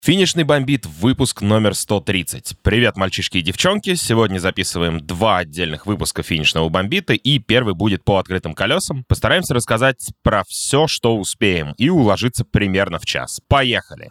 Финишный бомбит, выпуск номер 130. Привет, мальчишки и девчонки. Сегодня записываем 2 отдельных выпуска финишного бомбита, и первый будет по открытым колесам. Постараемся рассказать про все, что успеем, и уложиться примерно в час. Поехали!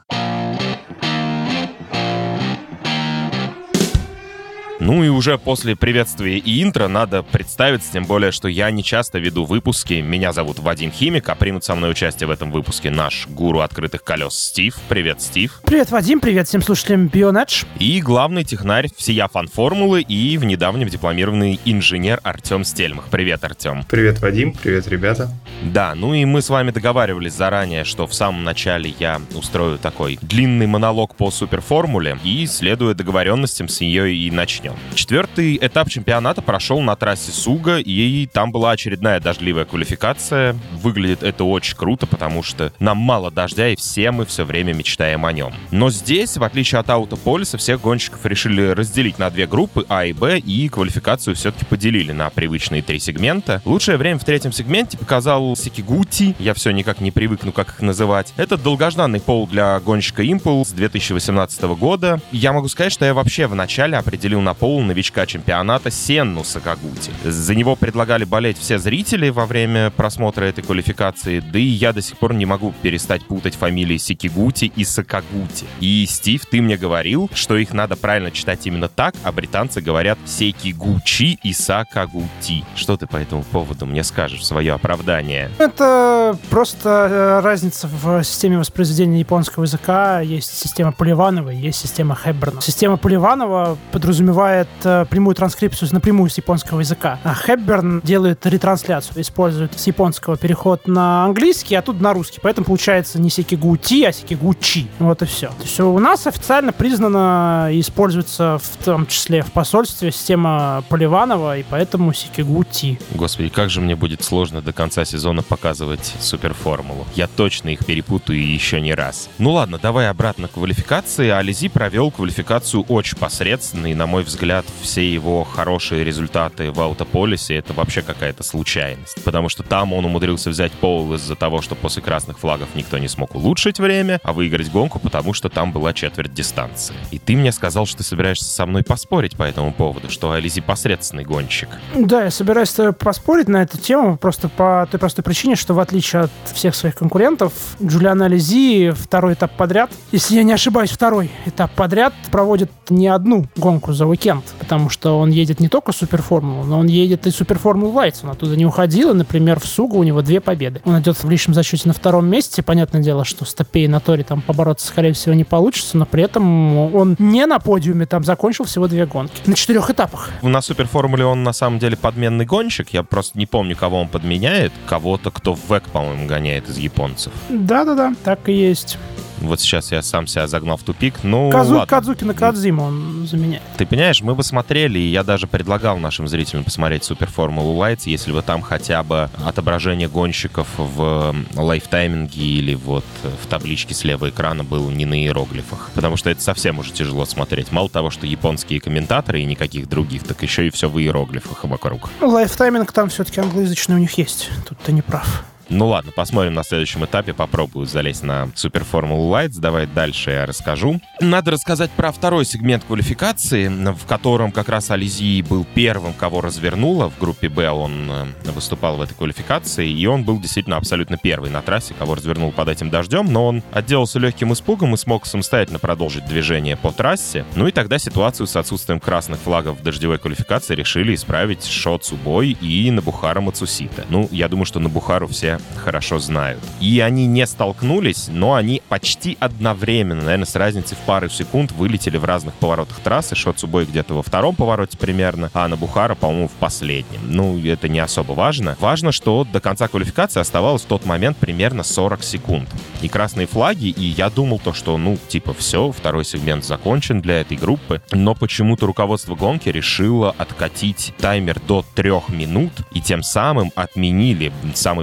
Ну и уже после приветствия и интро надо представиться, тем более, что я не часто веду выпуски. Меня зовут Вадим Химик, а примут со мной участие в этом выпуске наш гуру открытых колес Стив. Привет, Стив. Привет, Вадим, привет всем слушателям Bionedge. И главный технарь всея фан-формулы и в недавнем дипломированный инженер Артем Стельмах. Привет, Артем. Привет, Вадим, привет, ребята. Да, ну и мы с вами договаривались заранее, что в самом начале я устрою такой длинный монолог по суперформуле, и, следуя договоренностям, с нее и начнем. 4-й этап чемпионата прошел на трассе Суга, и там была очередная дождливая квалификация. Выглядит это очень круто, потому что нам мало дождя, и все мы все время мечтаем о нем. Но здесь, в отличие от Аутополиса, всех гонщиков решили разделить на 2 группы, А и Б, и квалификацию все-таки поделили на привычные 3 сегмента. Лучшее время в 3-м сегменте показал Секигути, я все никак не привыкну, как их называть. Это долгожданный пол для гонщика Impulse 2018 года. Я могу сказать, что я вообще в начале определил на пол новичка чемпионата Сенну Сакагути. За него предлагали болеть все зрители во время просмотра этой квалификации, да и я до сих пор не могу перестать путать фамилии Секигути и Сакагути. И, Стив, ты мне говорил, что их надо правильно читать именно так, а британцы говорят Секигучи и Сакагути. Что ты по этому поводу мне скажешь в свое оправдание? Это просто разница в системе воспроизведения японского языка. Есть система Поливанова, есть система Хепберна. Система Поливанова подразумевает прямую транскрипцию напрямую с японского языка. А Хепберн делает ретрансляцию, использует с японского переход на английский, а тут на русский. Поэтому получается не Секигути, а Секигучи. Вот и все. То есть у нас официально признана и используется в том числе в посольстве система Поливанова, и поэтому Секигути. Господи, как же мне будет сложно до конца сезона показывать суперформулу. Я точно их перепутаю еще не раз. Ну ладно, давай обратно к квалификации. Ализи провел квалификацию очень посредственно, и, на мой взгляд, все его хорошие результаты в Аутополисе — это вообще какая-то случайность. Потому что там он умудрился взять пол из-за того, что после красных флагов никто не смог улучшить время, а выиграть гонку, потому что там была четверть дистанции. И ты мне сказал, что ты собираешься со мной поспорить по этому поводу, что Ализи посредственный гонщик. Да, я собираюсь поспорить на эту тему просто по той простой причине, что в отличие от всех своих конкурентов, Джулиан Ализи 2-й этап подряд, если я не ошибаюсь, 2-й этап подряд проводит не одну гонку за уикенд, потому что он едет не только суперформулу, но он едет и суперформулу Лайтс. Он оттуда не уходил, и, например, в Сугу у него 2 победы. Он идет в личном зачете на 2-м месте. Понятное дело, что с Топей и на Торе там побороться, скорее всего, не получится, но при этом он не на подиуме, там закончил всего 2 гонки. На 4 этапах. На суперформуле он на самом деле подменный гонщик. Я просто не помню, кого он подменяет. Кого-то, кто в ВЭК, по-моему, гоняет из японцев. Да-да-да, так и есть. Вот сейчас я сам себя загнал в тупик. Ну, Кадзуки Накадзима он заменяет. Ты понимаешь, мы бы смотрели, и я даже предлагал нашим зрителям посмотреть Суперформулу Лайтс, если бы там хотя бы отображение гонщиков в лайфтайминге или вот в табличке слева экрана было не на иероглифах. Потому что это совсем уже тяжело смотреть. Мало того, что японские комментаторы и никаких других, так еще и все в иероглифах вокруг. Лайфтайминг там все-таки англоязычный у них есть. Тут ты не прав. Ну ладно, посмотрим на следующем этапе, попробую залезть на Суперформулу Лайтс. Давай дальше я расскажу. Надо рассказать про 2-й сегмент квалификации, в котором как раз Ализи был первым, кого развернуло. В группе Б он выступал в этой квалификации, и он был действительно абсолютно первый на трассе, кого развернул под этим дождем, но он отделался легким испугом и смог самостоятельно продолжить движение по трассе. Ну и тогда ситуацию с отсутствием красных флагов в дождевой квалификации решили исправить Шо Цубой и Нобухара Мацусита. Ну, я думаю, что Нобухару все хорошо знают. И они не столкнулись, но они почти одновременно, наверное, с разницей в пару секунд вылетели в разных поворотах трассы. Шо Цубой где-то во 2-м повороте примерно, а Нобухара, по-моему, в последнем. Ну, это не особо важно. Важно, что до конца квалификации оставалось в тот момент примерно 40 секунд. И красные флаги, и я думал то, что, ну, типа, все, 2-й сегмент закончен для этой группы. Но почему-то руководство гонки решило откатить таймер до 3 минут, и тем самым отменили самый быстрый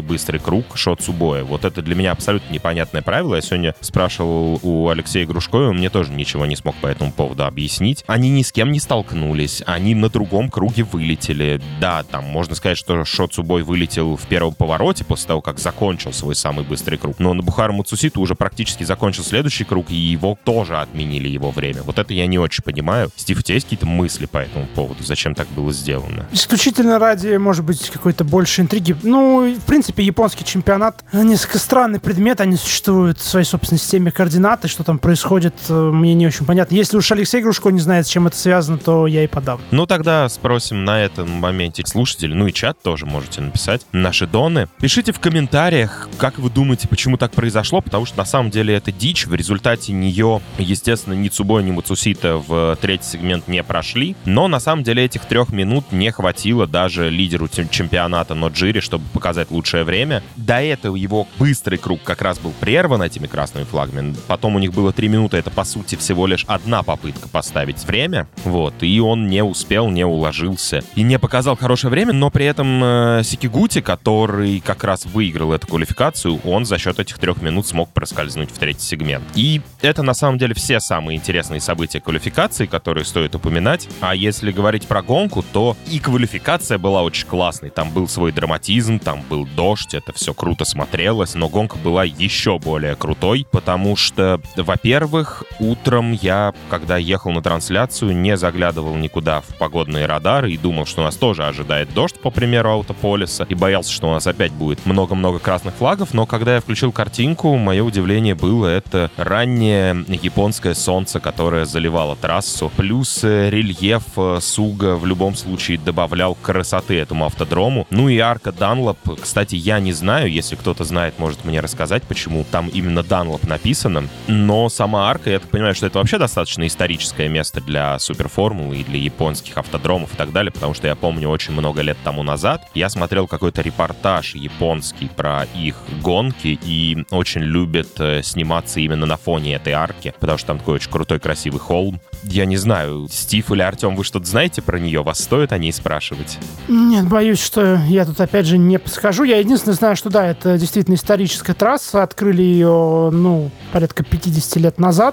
круг шот Цубоя. Вот это для меня абсолютно непонятное правило. Я сегодня спрашивал у Алексея Грушко, он мне тоже ничего не смог по этому поводу объяснить. Они ни с кем не столкнулись, они на другом круге вылетели. Да, там можно сказать, что шот Цубой вылетел в первом повороте после того, как закончил свой самый быстрый круг. Но Нобухара Мацусита уже практически закончил следующий круг, и его тоже отменили его время. Вот это я не очень понимаю. Стив, у тебя есть какие-то мысли по этому поводу? Зачем так было сделано? Исключительно ради, может быть, какой-то больше интриги. Ну, в принципе, японский чемпионат несколько странный предмет, они существуют в своей собственной системе координат, и что там происходит, мне не очень понятно. Если уж Алексей Грушко не знает, с чем это связано, то я и подам. Ну, тогда спросим на этом моменте слушателей, ну и чат тоже можете написать, наши доны. Пишите в комментариях, как вы думаете, почему так произошло, потому что на самом деле это дичь. В результате нее, естественно, ни Цубой, ни Мацусита в третий сегмент не прошли, но на самом деле этих 3 минут не хватило даже лидеру чемпионата Ноджири, чтобы показать лучшее время. До этого его быстрый круг как раз был прерван этими красными флагами. Потом у них было 3 минуты, это по сути всего лишь одна попытка поставить время, вот, и он не успел, не уложился и не показал хорошее время, но при этом Секигути, который как раз выиграл эту квалификацию, он за счет этих 3 минут смог проскользнуть в третий сегмент. И это на самом деле все самые интересные события квалификации, которые стоит упоминать. А если говорить про гонку, то и квалификация была очень классной. Там был свой драматизм, там был дождь, это все круто смотрелось, но гонка была еще более крутой, потому что, во-первых, утром я, когда ехал на трансляцию, не заглядывал никуда в погодные радары и думал, что нас тоже ожидает дождь, по примеру Аутополиса, и боялся, что у нас опять будет много-много красных флагов, но когда я включил картинку, мое удивление было, это раннее японское солнце, которое заливало трассу, плюс рельеф Суга в любом случае добавлял красоты этому автодрому. Ну и арка Данлоп, кстати, я не знаю, если кто-то знает, может мне рассказать, почему там именно Данлоп написано, но сама арка, я так понимаю, что это вообще достаточно историческое место для суперформулы и для японских автодромов и так далее, потому что я помню, очень много лет тому назад я смотрел какой-то репортаж японский про их гонки и очень любят сниматься именно на фоне этой арки, потому что там такой очень крутой, красивый холм. Я не знаю, Стив или Артем, вы что-то знаете про нее? Вас стоит о ней спрашивать? Нет, боюсь, что я тут опять же не подскажу. Я единственное знаю, что да, это действительно историческая трасса. Открыли ее, порядка 50 лет назад.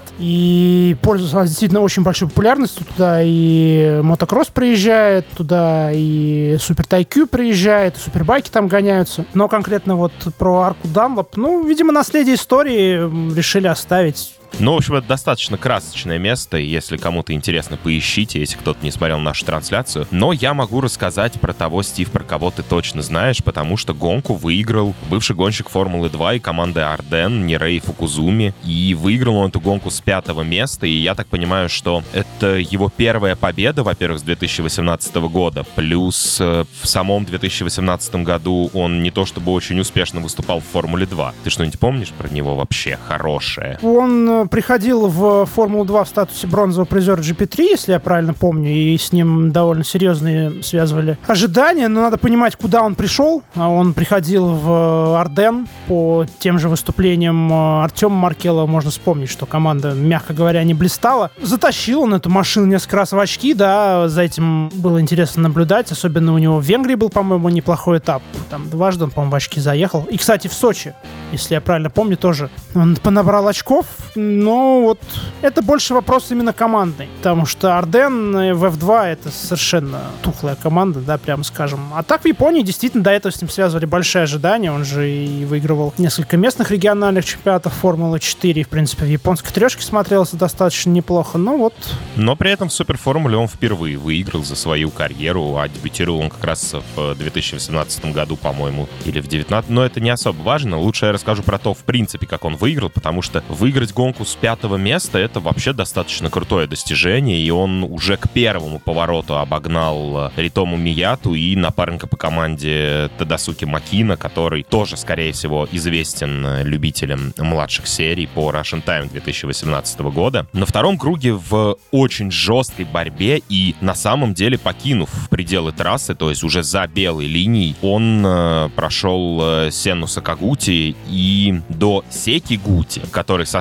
И пользуется действительно очень большой популярностью. Туда и мотокросс приезжает, туда и Супер Тайкю приезжает, и супербайки там гоняются. Но конкретно вот про арку Данлоп, видимо, наследие истории решили оставить. Ну, в общем, это достаточно красочное место, и если кому-то интересно, поищите, если кто-то не смотрел нашу трансляцию. Но я могу рассказать про того, Стив, про кого ты точно знаешь, потому что гонку выиграл бывший гонщик Формулы-2 и команды Арден Нирей Фукузуми, и выиграл он эту гонку с 5-го места, и я так понимаю, что это его первая победа, во-первых, с 2018 года, плюс в самом 2018 году он не то чтобы очень успешно выступал в Формуле-2. Ты что-нибудь помнишь про него вообще хорошее? Он приходил в Формулу-2 в статусе бронзового призера GP3, если я правильно помню, и с ним довольно серьезные связывали ожидания, но надо понимать, куда он пришел. Он приходил в Арден по тем же выступлениям Артема Маркела, можно вспомнить, что команда, мягко говоря, не блистала. Затащил он эту машину несколько раз в очки, да, за этим было интересно наблюдать, особенно у него в Венгрии был, по-моему, неплохой этап. Там дважды он, по-моему, в очки заехал. И, кстати, в Сочи, если я правильно помню, тоже он понабрал очков. Но вот это больше вопрос именно командный, потому что Арден в F2 это совершенно тухлая команда, да, прямо скажем. А так в Японии действительно до этого с ним связывали большие ожидания, он же и выигрывал несколько местных региональных чемпионатов Формулы-4, в принципе, в японской трешке смотрелся достаточно неплохо, Но при этом в Суперформуле он впервые выиграл за свою карьеру, а дебютировал он как раз в 2018 году, по-моему, или в 2019, но это не особо важно. Лучше я расскажу про то, в принципе, как он выиграл, потому что выиграть гонку с 5-го места — это вообще достаточно крутое достижение, и он уже к первому повороту обогнал Ритому Мияту и напарника по команде Тадасуки Макина, который тоже, скорее всего, известен любителям младших серий по Russian Time 2018 года. На втором круге в очень жесткой борьбе и на самом деле покинув пределы трассы, то есть уже за белой линией, он прошел Сенну Сакагути и до Секигути, который со старта уехал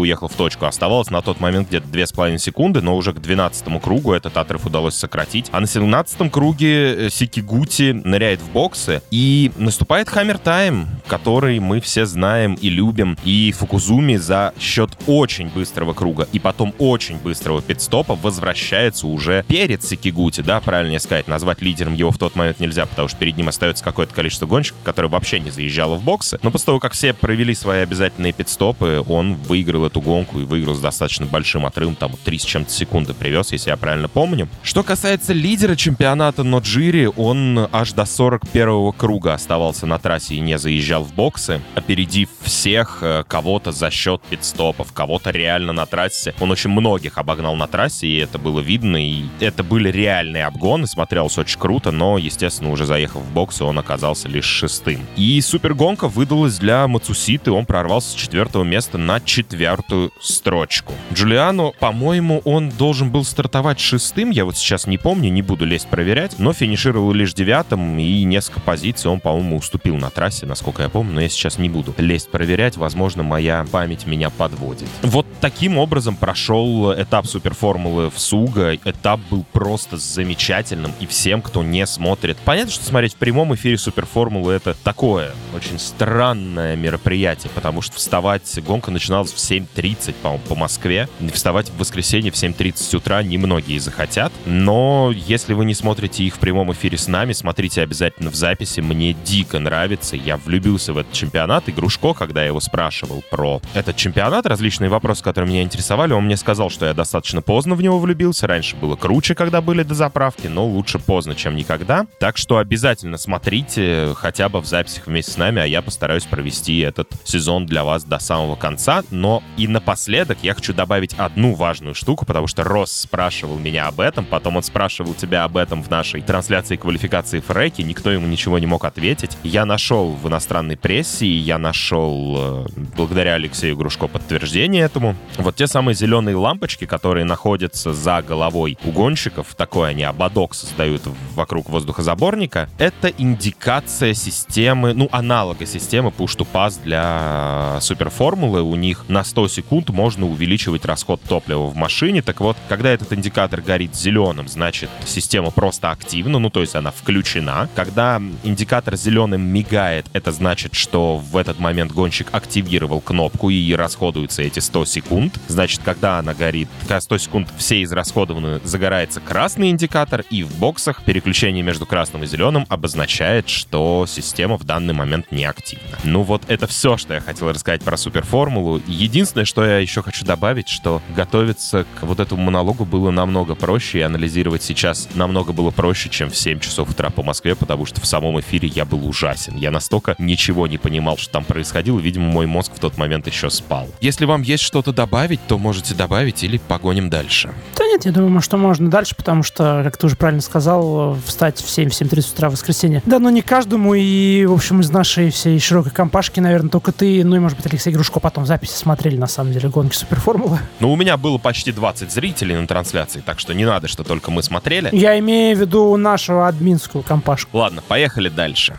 уехал в точку. Оставалось на тот момент где-то 2,5 секунды, но уже к 12-му кругу этот отрыв удалось сократить. А на 17-м круге Сикигути ныряет в боксы, и наступает хаммер-тайм, который мы все знаем и любим. И Фукузуми за счет очень быстрого круга и потом очень быстрого пит-стопа возвращается уже перед Сикигути, да, правильнее сказать, назвать лидером его в тот момент нельзя, потому что перед ним остается какое-то количество гонщиков, которые вообще не заезжало в боксы. Но после того, как все провели свои обязательные пит-стопы, он выиграл эту гонку и выиграл с достаточно большим отрывом, там 3 с чем-то секунды привез, если я правильно помню. Что касается лидера чемпионата Ноджири, он аж до 41-го круга оставался на трассе и не заезжал в боксы, опередив всех кого-то за счет пит-стопов, кого-то реально на трассе. Он очень многих обогнал на трассе, и это было видно, и это были реальные обгоны, смотрелось очень круто, но, естественно, уже заехав в боксы, он оказался лишь 6-м. И супергонка выдалась для Мацуситы, он прорвался с 4-го места на 4-ю строчку. Джулиано, по-моему, он должен был стартовать 6-м, я вот сейчас не помню, не буду лезть проверять, но финишировал лишь 9-м, и несколько позиций он, по-моему, уступил на трассе, насколько я помню, но я сейчас не буду лезть проверять, возможно, моя память меня подводит. Вот таким образом прошел этап суперформулы в Суга. Этап был просто замечательным, и всем, кто не смотрит. Понятно, что смотреть в прямом эфире суперформулы — это такое очень странное мероприятие, потому что гонка начиналась в 7:30, по-моему, по Москве. Вставать в воскресенье в 7:30 утра немногие захотят, но если вы не смотрите их в прямом эфире с нами, смотрите обязательно в записи. Мне дико нравится, я влюбился в этот чемпионат, и Грушко, когда я его спрашивал про этот чемпионат, различные вопросы, которые меня интересовали, он мне сказал, что я достаточно поздно в него влюбился. Раньше было круче, когда были дозаправки, но лучше поздно, чем никогда. Так что обязательно смотрите хотя бы в записях вместе с нами, а я постараюсь провести этот сезон для вас до самого конца. Но и напоследок я хочу добавить одну важную штуку, потому что Росс спрашивал меня об этом, потом он спрашивал тебя об этом в нашей трансляции квалификации Фреки, никто ему ничего не мог ответить. Я нашел в иностранной прессе, и я нашел, благодаря Алексею Грушко, подтверждение этому. Вот те самые зеленые лампочки, которые находятся за головой у гонщиков, такой они ободок создают вокруг воздухозаборника, это индикация системы, аналога системы push to pass для суперформулы. У них на 100 секунд можно увеличивать расход топлива в машине. Так вот, когда этот индикатор горит зеленым, значит, система просто активна, то есть она включена. Когда индикатор зеленым мигает, это значит, что в этот момент гонщик активировал кнопку и расходуются эти 100 секунд. Значит, когда она горит, когда 100 секунд все израсходованы, загорается красный индикатор, и в боксах переключение между красным и зеленым обозначает, что система в данный момент не активна. Вот это все, что я хотел рассказать про суперформулу. Единственное, что я еще хочу добавить, что готовиться к вот этому монологу было намного проще, и анализировать сейчас намного было проще, чем в 7 часов утра по Москве, потому что в самом эфире я был ужасен. Я настолько ничего не понимал, что там происходило, видимо, мой мозг в тот момент еще спал. Если вам есть что-то добавить, то можете добавить или погоним дальше. Да нет, я думаю, что можно дальше, потому что, как ты уже правильно сказал, встать в 7-7:30 утра в воскресенье. Да, но не каждому, и, в общем, из нашей всей широкой компашки, наверное, только ты, и, может быть, Алексей Грушко потом в записи смотрели, на самом деле, гонки суперформулы. У меня было почти 20 зрителей на трансляции, так что не надо, что только мы смотрели. Я имею в виду нашу админскую компашку. Ладно, поехали дальше.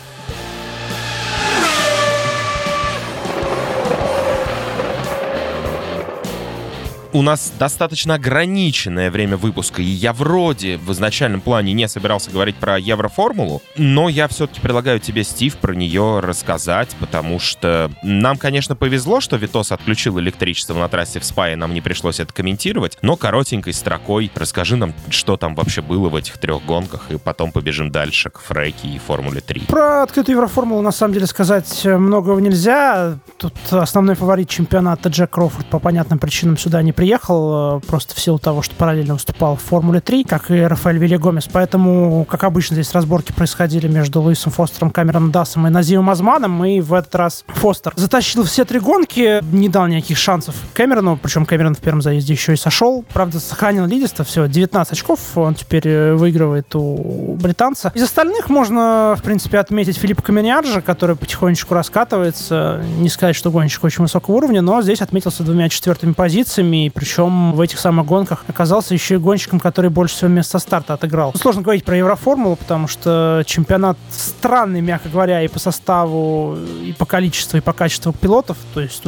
У нас достаточно ограниченное время выпуска, и я вроде в изначальном плане не собирался говорить про Евроформулу, но я все-таки предлагаю тебе, Стив, про нее рассказать, потому что нам, конечно, повезло, что Витос отключил электричество на трассе в Спае, нам не пришлось это комментировать, но коротенькой строкой расскажи нам, что там вообще было в этих 3 гонках, и потом побежим дальше к Фреке и Формуле 3. Про открытую Евроформулу, на самом деле, сказать многого нельзя. Тут основной фаворит чемпионата Джек Кроуфорд по понятным причинам сюда не приехал, просто в силу того, что параллельно выступал в Формуле 3, как и Рафаэль Вильягомес. Поэтому, как обычно, здесь разборки происходили между Луисом Фостером, Камероном Дассом и Назимом Азманом, и в этот раз Фостер затащил все 3 гонки, не дал никаких шансов Кэмерону, причем Кэмерон в первом заезде еще и сошел. Правда, сохранил лидерство, всего 19 очков, он теперь выигрывает у британца. Из остальных можно, в принципе, отметить Филиппа Каминьярджа, который потихонечку раскатывается. Не сказать, что гонщик очень высокого уровня, но здесь отметился 2 4-ми позициями, и причем в этих самых гонках оказался еще и гонщиком, который больше всего мест со старта отыграл. Сложно говорить про Евроформулу, потому что чемпионат странный, мягко говоря, и по составу, и по количеству, и по качеству пилотов. То есть туда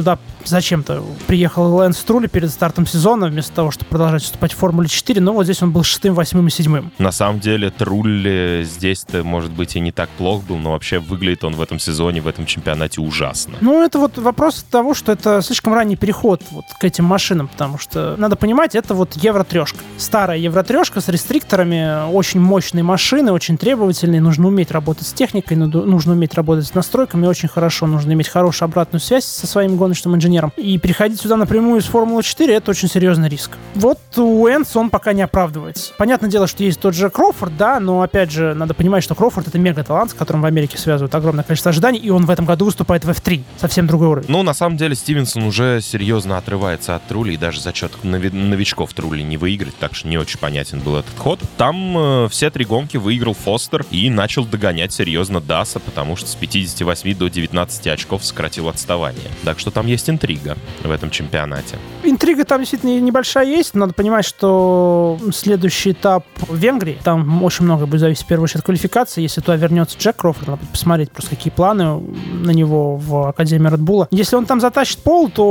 Зачем-то приехал Лэнс Струли перед стартом сезона, вместо того, чтобы продолжать выступать в Формуле 4, но вот здесь он был 6-м, 8-м и 7-м. На самом деле, Трулли здесь-то, может быть, и не так плох был, но вообще выглядит он в этом сезоне, в этом чемпионате ужасно. Ну, это вот вопрос того, что это слишком ранний переход вот к этим машинам, потому что, надо понимать, это вот Евро-3. Старая Евро-3 с рестрикторами, очень мощные машины, очень требовательные, нужно уметь работать с техникой, нужно уметь работать с настройками, очень хорошо, нужно иметь хорошую обратную связь со своим гоночным инженером. И переходить сюда напрямую из Формулы 4 — это очень серьезный риск. Вот Уэнс, он пока не оправдывается. Понятное дело, что есть тот же Кроуфорд, да, но, опять же, надо понимать, что Кроуфорд — это мега-талант, с которым в Америке связывают огромное количество ожиданий, и он в этом году выступает в F3. Совсем другой уровень. Ну, на самом деле, Стивенсон уже серьезно отрывается от Трулли, и даже за счет новичков Трулли не выиграть, так что не очень понятен был этот ход. Там все 3 гонки выиграл Фостер и начал догонять серьезно Даса, потому что с 58 до 19 очков сократил отставание. Так что там есть интрига в этом чемпионате. Интрига там действительно небольшая есть. Надо понимать, что следующий этап в Венгрии, там очень много будет зависеть в первую очередь от квалификации. Если туда вернется Джек Кроуфорд, надо посмотреть просто какие планы на него в Академии Red Bull. Если он там затащит пол, то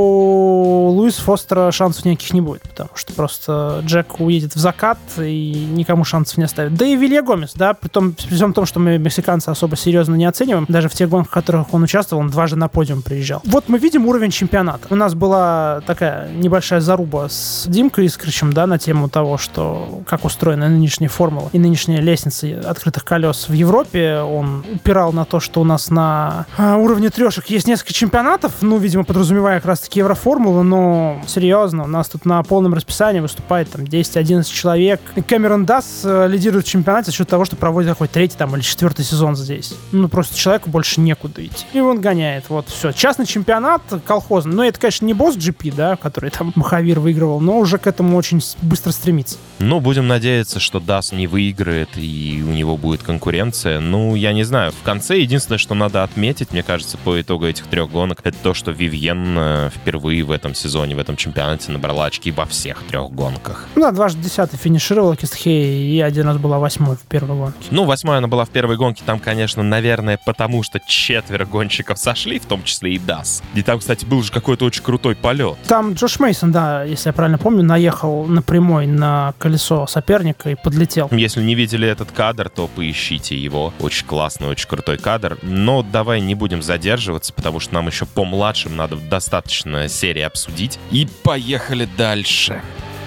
у Луиса Фостера шансов никаких не будет, потому что просто Джек уедет в закат и никому шансов не оставит. Да и Вилья Гомес, да, при всем том, что мы мексиканца особо серьезно не оцениваем, даже в тех гонках, в которых он участвовал, он дважды на подиум приезжал. Вот мы видим уровень чемпионата. У нас была такая небольшая заруба с Димкой Искричем, да, на тему того, что как устроена нынешняя формула и нынешняя лестница открытых колес в Европе. Он упирал на то, что у нас на уровне трешек есть несколько чемпионатов, ну, видимо, подразумевая как раз-таки Евроформулу, но серьезно, у нас тут на полном расписании выступает там 10-11 человек. Кэмерон Дасс лидирует в чемпионате за счет того, что проводит какой-то 3-й там или 4-й сезон здесь. Ну, просто человеку больше некуда идти. И он гоняет, вот, все. Частный чемпионат, колхозный. Но это, конечно, не босс GP, да, который там Махавир выигрывал, но уже к этому очень быстро стремится. Ну, будем надеяться, что Дасс не выиграет и у него будет конкуренция. Ну, я не знаю. В конце единственное, что надо отметить, мне кажется, по итогу этих 3 гонок, это то, что Вивьен впервые в этом сезоне, в этом чемпионате набрала очки во всех 3 гонках. Ну да, дважды 10-й финишировала Кистхей и один раз была 8-й в первой гонке. Ну, 8-й она была в первой гонке. Там, конечно, наверное, потому что 4 гонщиков сошли, в том числе и Дасс. И там, кстати, был же какой-то очень крутой полет. Там Джош Мейсон, да, если я правильно помню, наехал напрямой на колесо соперника и подлетел. Если не видели этот кадр, то поищите его. Очень классный, очень крутой кадр. Но давай не будем задерживаться, потому что нам еще по младшим надо достаточно серии обсудить. И поехали дальше.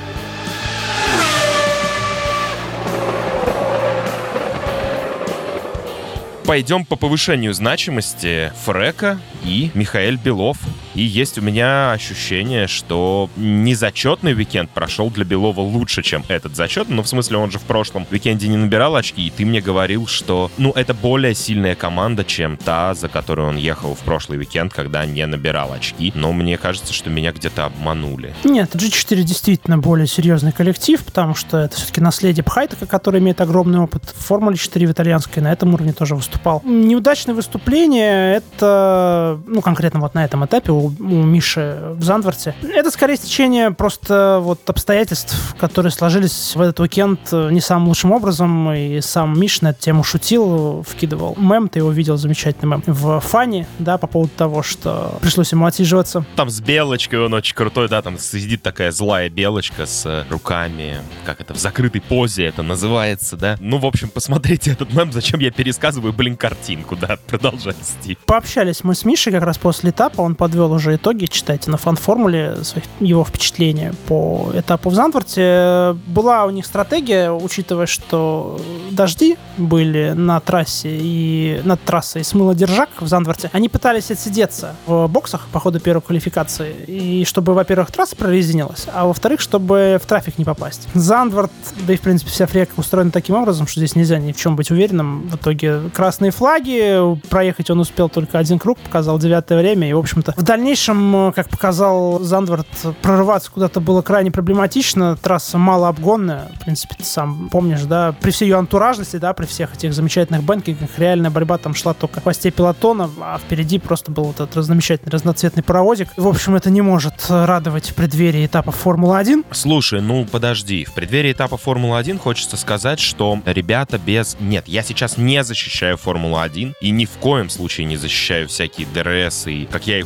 Пойдем по повышению значимости Фрека и Михаэль Белов. И есть у меня ощущение, что незачетный уикенд прошел для Белова лучше, чем этот зачетный. Ну, в смысле, он же в прошлом уикенде не набирал очки, и ты мне говорил, что, ну, это более сильная команда, чем та, за которую он ехал в прошлый уикенд, когда не набирал очки. Но мне кажется, что меня где-то обманули. Нет, G4 действительно более серьезный коллектив, потому что это все-таки наследие Пхайтека, который имеет огромный опыт в Формуле 4 в итальянской, на этом уровне тоже выступал. Неудачное выступление, это, ну, конкретно вот на этом этапе у Миши в Зандворте. Это скорее стечение просто вот обстоятельств, которые сложились в этот уикенд не самым лучшим образом, и сам Миша на эту тему шутил, вкидывал мем, ты его видел, замечательный мем, в фане, да, по поводу того, что пришлось ему отсиживаться. Там с белочкой он очень крутой, да, там сидит такая злая белочка с руками, как это, в закрытой позе это называется, да. Ну, в общем, посмотрите этот мем, зачем я пересказываю, картинку, да, продолжай, Стив. Пообщались мы с Мишей как раз после этапа, он подвел уже итоги, читайте на фан-формуле его впечатления по этапу в Зандворте. Была у них стратегия, учитывая, что дожди были на трассе и над трассой смыло держак в Зандворте, они пытались отсидеться в боксах по ходу первой квалификации, и чтобы, во-первых, трасса прорезинилась, а во-вторых, чтобы в трафик не попасть. Зандворт, да и, в принципе, вся фрека устроена таким образом, что здесь нельзя ни в чем быть уверенным. В итоге красные флаги, проехать он успел только 1 круг, показал 9-е время, и, в общем-то, в дальнейшем, как показал Зандворт, прорываться куда-то было крайне проблематично, трасса малообгонная, в принципе, ты сам помнишь, да, при всей ее антуражности, да, при всех этих замечательных бэнкингах, реальная борьба там шла только в хвосте пелотона, а впереди просто был вот этот замечательный разноцветный паровозик. В общем, это не может радовать в преддверии этапа Формулы-1. Слушай, ну подожди, в преддверии этапа Формулы-1 хочется сказать, что ребята без... Нет, я сейчас не защищаю Формулу-1 и ни в коем случае не защищаю всякие ДРС и, как я их уже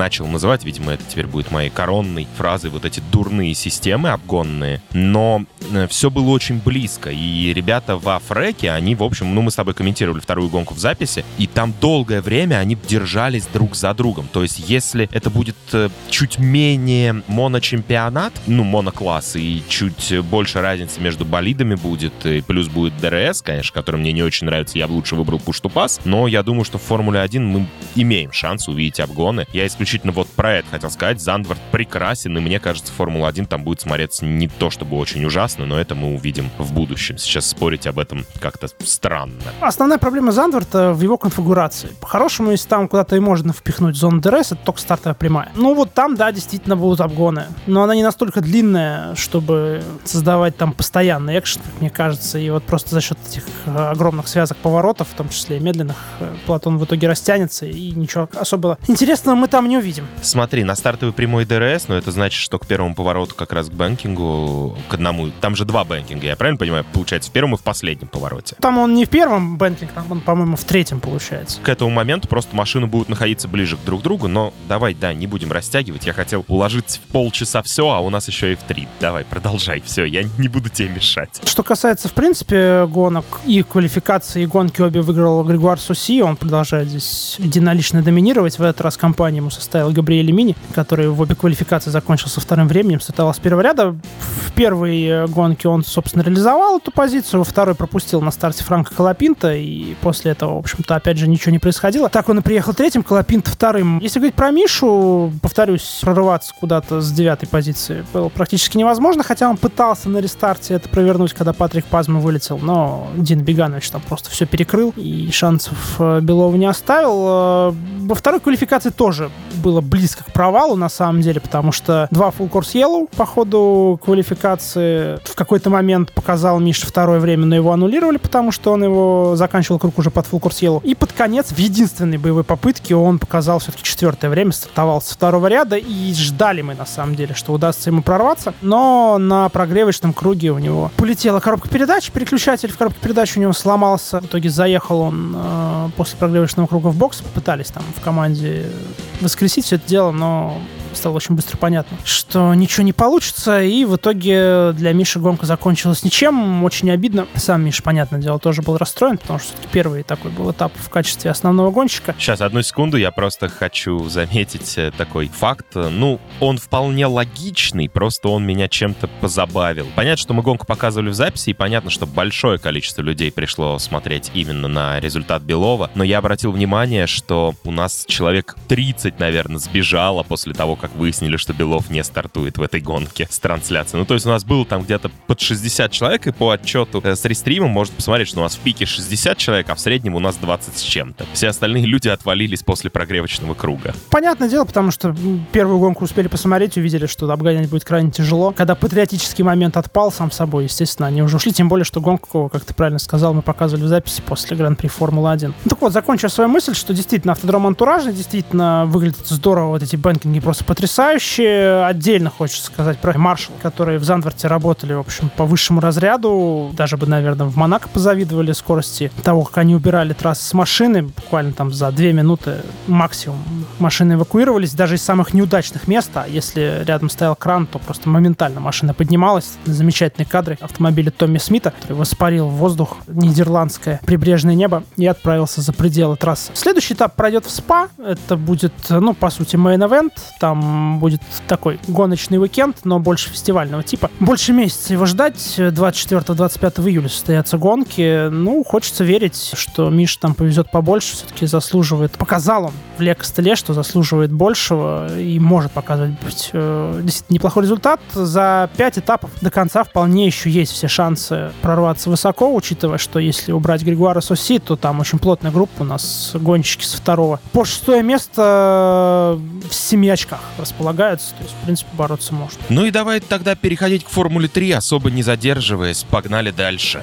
начал называть, видимо, это теперь будет моей коронной фразой, вот эти дурные системы обгонные, но все было очень близко, и ребята во Фреке, они, в общем, мы с тобой комментировали вторую гонку в записи, и там долгое время они держались друг за другом, то есть если это будет чуть менее моночемпионат, монокласс, и чуть больше разницы между болидами будет, и плюс будет ДРС, конечно, который мне не очень нравится, я бы лучше выбрал push-to-pass, но я думаю, что в Формуле-1 мы имеем шанс увидеть обгоны. Я исключительно вот про это хотел сказать. Зандварт прекрасен, и мне кажется, Формула-1 там будет смотреться не то чтобы очень ужасно, но это мы увидим в будущем. Сейчас спорить об этом как-то странно. Основная проблема Зандварта в его конфигурации. По-хорошему, если там куда-то и можно впихнуть зону ДРС, это только стартовая прямая. Вот там, да, действительно будут обгоны. Но она не настолько длинная, чтобы создавать там постоянный экшен, как мне кажется. И вот просто за счет этих огромных связок поворотов, в том числе и медленных, Платон в итоге растянется, и ничего особо интересного мы там не увидим. Смотри, на стартовый прямой ДРС, но это значит, что к первому повороту как раз к бэнкингу, к одному, там же 2 бэнкинга, я правильно понимаю? Получается, в первом и в последнем повороте. Там он не в первом бэнкинг, там он, по-моему, в третьем получается. К этому моменту просто машины будут находиться ближе к друг другу, но давай, не будем растягивать. Я хотел уложить в полчаса все, а у нас еще и в 3. Давай, продолжай, все, я не буду тебе мешать. Что касается, в принципе, гонок и квалификации, и гонки обе выиграл Грегуар Суси, он продолжает здесь единолично доминировать. В этот раз компанию ему составил Габриэль Мини, который в обе квалификации закончился вторым временем, стартовал с первого ряда. В первой гонке он, собственно, реализовал эту позицию, во второй пропустил на старте Франко Колопинто, и после этого, в общем-то, опять же, ничего не происходило. Так он и приехал третьим, Колопинто вторым. Если говорить про Мишу, повторюсь, прорываться куда-то с 9-й позиции было практически невозможно, хотя он пытался на рестарте это провернуть, когда Патрик Пазма вылетел, но Дин Беганович там просто все перекрыл, и шансов Белову не оставил. Во второй квалификации тоже было близко к провалу, на самом деле, потому что 2 Full Course Yellow по ходу квалификации в какой-то момент показал Миша второе время, но его аннулировали, потому что он его заканчивал круг уже под Full Course Yellow. И под конец, в единственной боевой попытке, он показал все-таки 4-е время, стартовал со второго ряда, и ждали мы, на самом деле, что удастся ему прорваться, но на прогревочном круге у него полетела коробка передач, переключатель в коробке передач у него сломался, в итоге заехал он после прогревочного круга в бокс, попытались там в команде воскресить все это дело, но стало очень быстро понятно, что ничего не получится, и в итоге для Миши гонка закончилась ничем, очень обидно. Сам Миша, понятное дело, тоже был расстроен, потому что первый такой был этап в качестве основного гонщика. Сейчас, одну секунду, я просто хочу заметить такой факт. Он вполне логичный, просто он меня чем-то позабавил. Понятно, что мы гонку показывали в записи, и понятно, что большое количество людей пришло смотреть именно на результат Белова, но я обратил внимание, что у нас человек 30, наверное, сбежало после того, как выяснили, что Белов не стартует в этой гонке с трансляцией. То есть у нас было там где-то под 60 человек, и по отчету с рестримом можно посмотреть, что у нас в пике 60 человек, а в среднем у нас 20 с чем-то. Все остальные люди отвалились после прогревочного круга. Понятное дело, потому что первую гонку успели посмотреть, увидели, что обгонять будет крайне тяжело. Когда патриотический момент отпал сам собой, естественно, они уже ушли, тем более, что гонку, как ты правильно сказал, мы показывали в записи после Гран-при Формулы-1. Так вот, закончу свою мысль, что действительно автодром антуражный, действительно выглядит здорово, вот эти бэнкинги просто потрясающие. Отдельно хочется сказать про Маршалл, которые в Зандварте работали, в общем, по высшему разряду. Даже бы, наверное, в Монако позавидовали скорости того, как они убирали трассы с машины. Буквально там за 2 минуты максимум машины эвакуировались, даже из самых неудачных мест. А если рядом стоял кран, то просто моментально машина поднималась. Замечательные кадры автомобиля Томми Смита, который воспарил в воздух нидерландское прибрежное небо и отправился за пределы трассы. Следующий этап пройдет в СПА. Это будет, по сути, мейн-эвент. Там будет такой гоночный уикенд, но больше фестивального типа. Больше месяца его ждать. 24-25 июля состоятся гонки. Хочется верить, что Миша там повезет побольше. Все-таки заслуживает. Показал он в Ле-Костеле, что заслуживает большего и может показывать действительно неплохой результат. За 5 этапов до конца вполне еще есть все шансы прорваться высоко, учитывая, что если убрать Грегуара Суси, то там очень плотная группа. У нас гонщики с 2 по 6 место в 7 очках располагаются, то есть, в принципе, бороться можно. И давай тогда переходить к Формуле 3, особо не задерживаясь. Погнали дальше.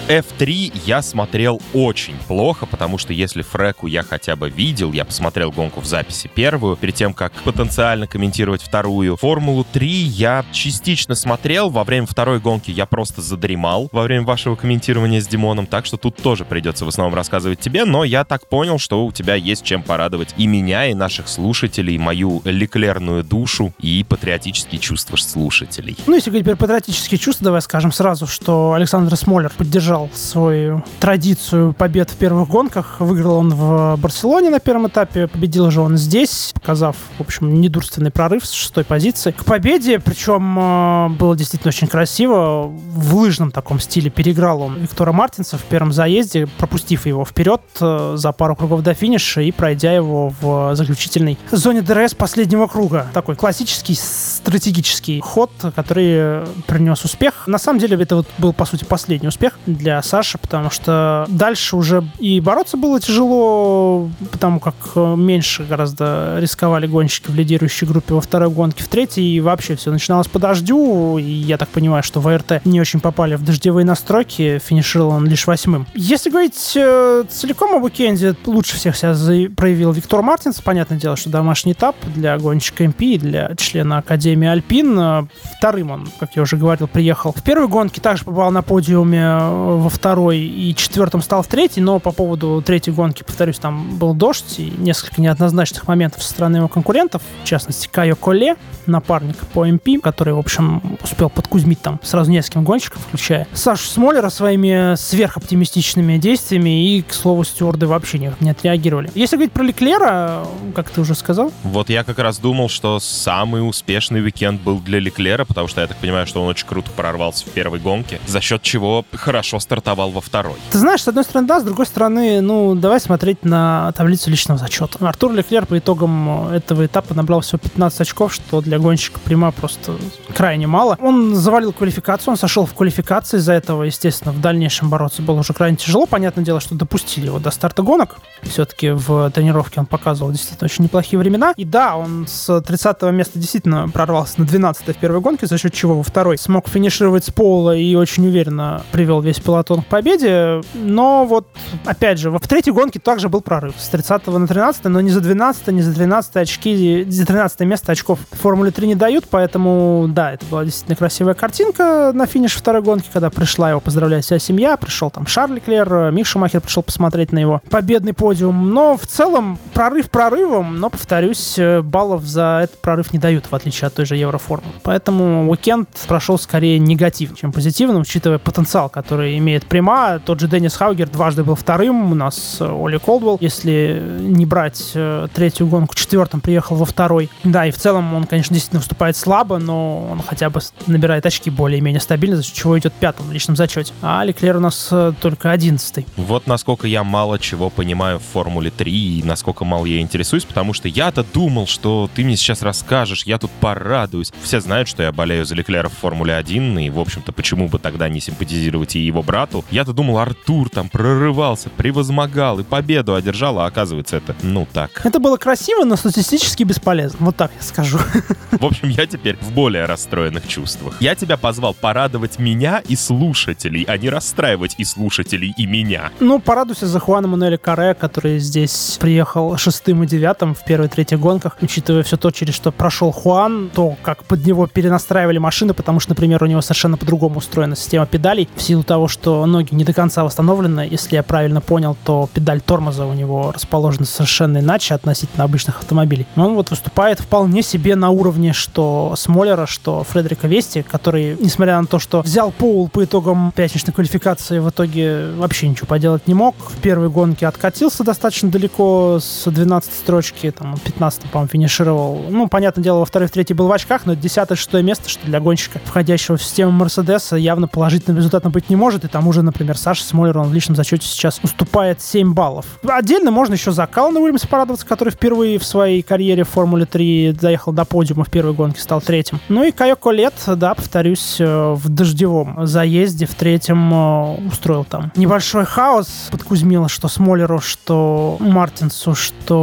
F3 я смотрел очень плохо, потому что если Фреку я хотя бы видел, я посмотрел гонку в записи первую, перед тем, как потенциально комментировать вторую. Формулу 3 я частично смотрел, во время второй гонки я просто задремал во время вашего комментирования с Димоном, так что тут тоже придется в основном рассказывать тебе, но я так понял, что у тебя есть чем порадовать и меня, и наших слушателей, мою леклерную душу и патриотические чувства слушателей. Ну, если говорить про патриотические чувства, давай скажем сразу, что Александр Смоллер поддержал свою традицию побед в первых гонках. Выиграл он в Барселоне на первом этапе, победил же он здесь, показав, в общем, недурственный прорыв с 6-й позиции к победе, причем было действительно очень красиво. В лыжном таком стиле переиграл он Виктора Мартинса в первом заезде, пропустив его вперед за пару кругов до финиша и пройдя его в заключительной зоне ДРС последнего круга. Такой классический стратегический ход, который принес успех. На самом деле это вот был, по сути, последний успех для Саши, потому что дальше уже и бороться было тяжело, потому как меньше гораздо рисковали гонщики в лидирующей группе во второй гонке, в третьей, и вообще все начиналось по дождю, и я так понимаю, что в АРТ не очень попали в дождевые настройки, финишировал он лишь 8-м. Если говорить целиком об уикенде, лучше всех себя проявил Виктор Мартинс. Понятное дело, что домашний этап для гонщика МП и для члена Академии Альпин. Вторым он, как я уже говорил, приехал в первой гонке, также побывал на подиуме во второй и четвертом стал в третьей, но по поводу третьей гонки, повторюсь, там был дождь и несколько неоднозначных моментов со стороны его конкурентов, в частности, Кайо Колле, напарник по МП, который, в общем, успел подкузмить там сразу нескольким гонщиков, включая Сашу Смоллера своими сверхоптимистичными действиями, и, к слову, стюарды вообще никак не отреагировали. Если говорить про Леклера, как ты уже сказал... Вот я как раз думал, что самый успешный уикенд был для Леклера, потому что я так понимаю, что он очень круто прорвался в первой гонке, за счет чего хорошо стартовал во второй. Ты знаешь, с одной стороны, да, с другой стороны, ну, давай смотреть на таблицу личного зачета. Артур Леклер по итогам этого этапа набрал всего 15 очков, что для гонщика Прима просто крайне мало. Он завалил квалификацию, он сошел в квалификации, из-за этого, естественно, в дальнейшем бороться было уже крайне тяжело. Понятное дело, что допустили его до старта гонок. Все-таки в тренировке он показывал действительно очень неплохие времена. И да, он с 30-го места действительно прорвался на 12-е в первой гонке, за счет чего во второй смог финишировать с пола и очень уверенно привел весь пелотон к победе. Но вот, опять же, в третьей гонке также был прорыв. С 30-го на 13-е, но не за 12-е, не за 12-е очки, за 13-е место очков в Формуле 3 не дают, поэтому, да, это была действительно красивая картинка на финише второй гонки, когда пришла его поздравлять вся семья, пришел там Шарль Леклер, Мик Шумахер пришел посмотреть на его победный подиум. Но в целом прорыв прорывом, но, повторюсь, баллов за этот прорыв не дают, в отличие от той же Евроформулы. Поэтому уикенд прошел скорее негативно, чем позитивно, учитывая потенциал, который имеет Прима. Тот же Деннис Хаугер дважды был вторым, у нас Оли Колдвелл, если не брать третью гонку, четвертым приехал во второй. Да, и в целом он, конечно, действительно выступает слабо, но он хотя бы набирает очки более-менее стабильно, за счет чего идет пятым в личном зачете. А Леклер у нас только 11-й. Вот насколько я мало чего понимаю в Формуле 3 и насколько мало я интересуюсь, потому что я-то думал, что ты мне сейчас расскажешь, я тут порадуюсь. Все знают, что я болею за Леклера в Формуле 1, и, в общем-то, почему бы тогда не симпатизировать и его брату. Я-то думал, Артур там прорывался, превозмогал и победу одержал, а оказывается это, ну, так. Это было красиво, но статистически бесполезно. Вот так я скажу. В общем, я теперь в более расстроенных чувствах. Я тебя позвал порадовать меня и слушателей, а не расстраивать и слушателей, и меня. Ну, порадуйся за Хуана Мануэля Карре, который здесь приехал 6-м и 9-м в первой и третьей гонках, учитывая все то, через что прошел Хуан, то, как под него перенастраивали машины, потому что, например, у него совершенно по-другому устроена система педалей, в силу того, что ноги не до конца восстановлены. Если я правильно понял, то педаль тормоза у него расположена совершенно иначе относительно обычных автомобилей. Но он вот выступает вполне себе на уровне что Смоллера, что Фредерика Вести, который, несмотря на то, что взял пол по итогам пятничной квалификации, в итоге вообще ничего поделать не мог. В первой гонке откатился достаточно далеко с 12 строчки, там 15-м, по-моему, финишировал. Ну, понятное дело, во второй и в третьей был в очках, но это 10-6 место, что для гонщика, входящего в систему Мерседеса, явно положительным результатом быть не может. И тому же, например, Саша Смоллер, он в личном зачете сейчас уступает 7 баллов. Отдельно можно еще за Каллана Уильямса порадоваться, который впервые в своей карьере в Формуле 3 доехал до подиума в первой гонке, стал третьим. Ну и Кайо Коллет, да, повторюсь, в дождевом заезде в третьем устроил там небольшой хаос, подкузмил что Смоллеру, что Мартинсу,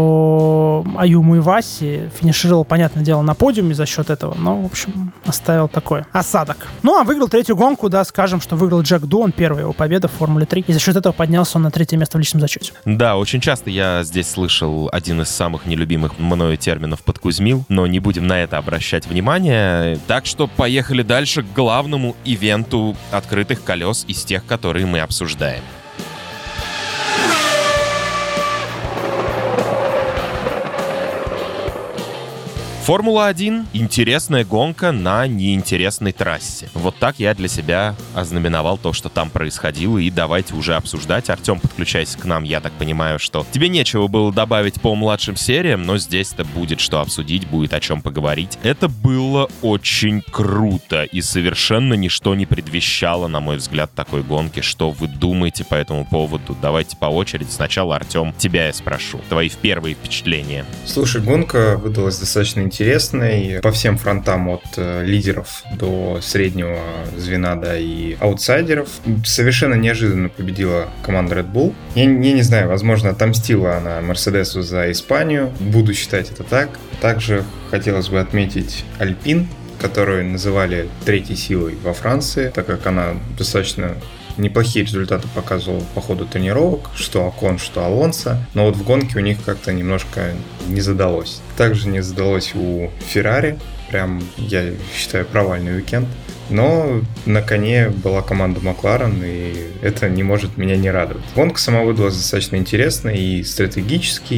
что Аюму и Васи. Финишировал, понятное дело, на подиуме за счет этого, но, в общем, оставил такой осадок. Ну, а выиграл третью гонку, да, скажем, что выиграл Джек Дуан, Милан, первая его победа в Формуле 3, и за счет этого поднялся он на 3-е место в личном зачете. Да, очень часто я здесь слышал один из самых нелюбимых мною терминов «подкузмил», но не будем на это обращать внимание. Так что поехали дальше к главному ивенту открытых колес из тех, которые мы обсуждаем. Формула-1 — интересная гонка на неинтересной трассе. Вот так я для себя ознаменовал то, что там происходило, и давайте уже обсуждать. Артем, подключайся к нам. Я так понимаю, что тебе нечего было добавить по младшим сериям, но здесь-то будет что обсудить, будет о чем поговорить. Это было очень круто, и совершенно ничто не предвещало, на мой взгляд, такой гонки. Что вы думаете по этому поводу? Давайте по очереди. Сначала, Артем, тебя я спрошу. Твои первые впечатления. Слушай, гонка выдалась достаточно интересной по всем фронтам, от лидеров до среднего звена, да, и аутсайдеров. Совершенно неожиданно победила команда Red Bull. Я не знаю, возможно, отомстила она Мерседесу за Испанию. Буду считать это так. Также хотелось бы отметить Альпин, которую называли третьей силой во Франции, так как она достаточно неплохие результаты показывал по ходу тренировок, что Окон, что Алонсо, но вот в гонке у них как-то немножко не задалось. Также не задалось у Феррари, прям, я считаю, провальный уикенд. Но на коне была команда Макларен, и это не может меня не радовать. Гонка сама выдалась достаточно интересной и стратегически,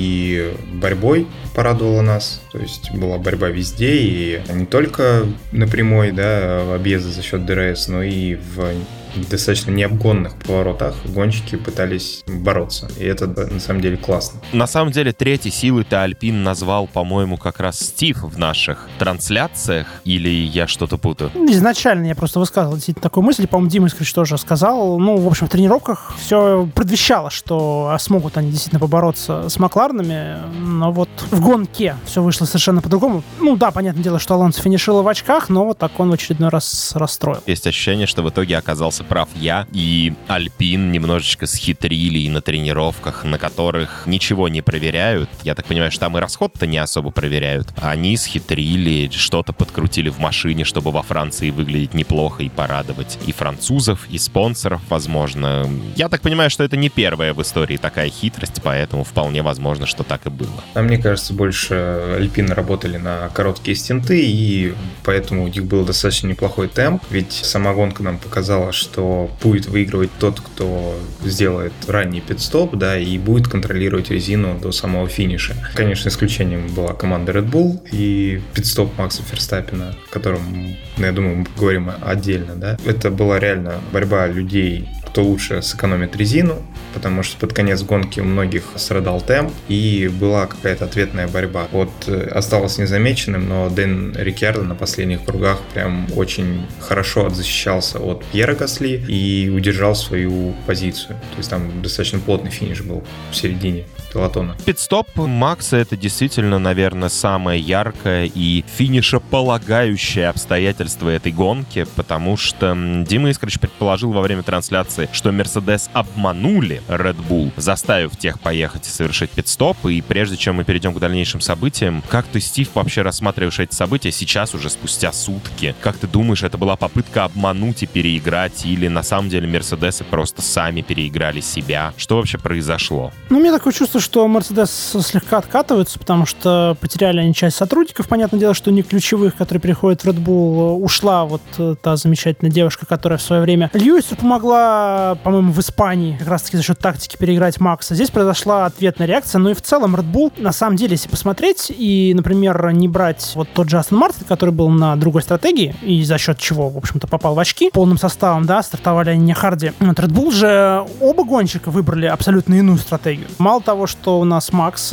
и борьбой порадовала нас. То есть была борьба везде, и не только на прямой, да, объезды за счет ДРС, но и в достаточно необгонных поворотах гонщики пытались бороться. И это на самом деле классно. На самом деле третьей силой-то Альпин назвал, по-моему, как раз Стив в наших трансляциях. Или я что-то путаю? Изначально я просто высказывал действительно такую мысль. По-моему, Дима Искрич тоже сказал. Ну, в общем, в тренировках все предвещало, что смогут они действительно побороться с Макларенами. Но вот в гонке все вышло совершенно по-другому. Ну да, понятное дело, что Алонсо финишировал в очках, но вот так он в очередной раз расстроил. Есть ощущение, что в итоге оказался прав я, и Альпин немножечко схитрили и на тренировках, на которых ничего не проверяют. Я так понимаю, что там и расход-то не особо проверяют. Они схитрили, что-то подкрутили в машине, чтобы во Франции выглядеть неплохо и порадовать и французов, и спонсоров, возможно. Я так понимаю, что это не первая в истории такая хитрость, поэтому вполне возможно, что так и было. А мне кажется, больше Альпины работали на короткие стинты, и поэтому у них был достаточно неплохой темп, ведь сама гонка нам показала, что будет выигрывать тот, кто сделает ранний пит-стоп, да, и будет контролировать резину до самого финиша. Конечно, исключением была команда Red Bull и пит-стоп Макса Ферстаппена, о котором, я думаю, мы поговорим отдельно, да. Это была реально борьба людей, кто лучше сэкономит резину, потому что под конец гонки у многих страдал темп, и была какая-то ответная борьба. Вот осталось незамеченным, но Дэн Рикьярдо на последних кругах прям очень хорошо защищался от Пьера Гасли и удержал свою позицию. То есть там достаточно плотный финиш был в середине пелотона. Пит-стоп Макса — это действительно, наверное, самое яркое и финишополагающее обстоятельство этой гонки, потому что Дима Искрич предположил во время трансляции, что Мерседес обманули Red Bull, заставив тех поехать и совершить пит-стоп. И прежде чем мы перейдем к дальнейшим событиям, как ты, Стив, вообще рассматриваешь эти события сейчас, уже спустя сутки? Как ты думаешь, это была попытка обмануть и переиграть, или на самом деле Мерседесы просто сами переиграли себя? Что вообще произошло? Ну, у меня такое чувство, что Мерседес слегка откатывается, потому что потеряли они часть сотрудников. Понятное дело, что не ключевых, которые приходят в Red Bull. Ушла вот та замечательная девушка, которая в свое время Льюису помогла, по-моему, в Испании, как раз-таки за счет тактики переиграть Макса. Здесь произошла ответная реакция. Ну и в целом Red Bull, на самом деле, если посмотреть и, например, не брать вот тот же Астон Мартин, который был на другой стратегии, и за счет чего, в общем-то, попал в очки полным составом, да, стартовали они не харди. Вот Red Bull же оба гонщика выбрали абсолютно иную стратегию. Мало того, что у нас Макс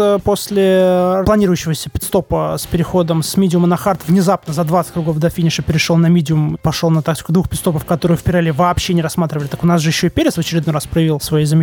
после планирующегося пит-стопа с переходом с медиума на хард внезапно за 20 кругов до финиша перешел на медиум, пошел на тактику двух пит-стопов, которые в Пирелли вообще не рассматривали. Так у нас же еще и Перес в очередной раз проявил свои замечательные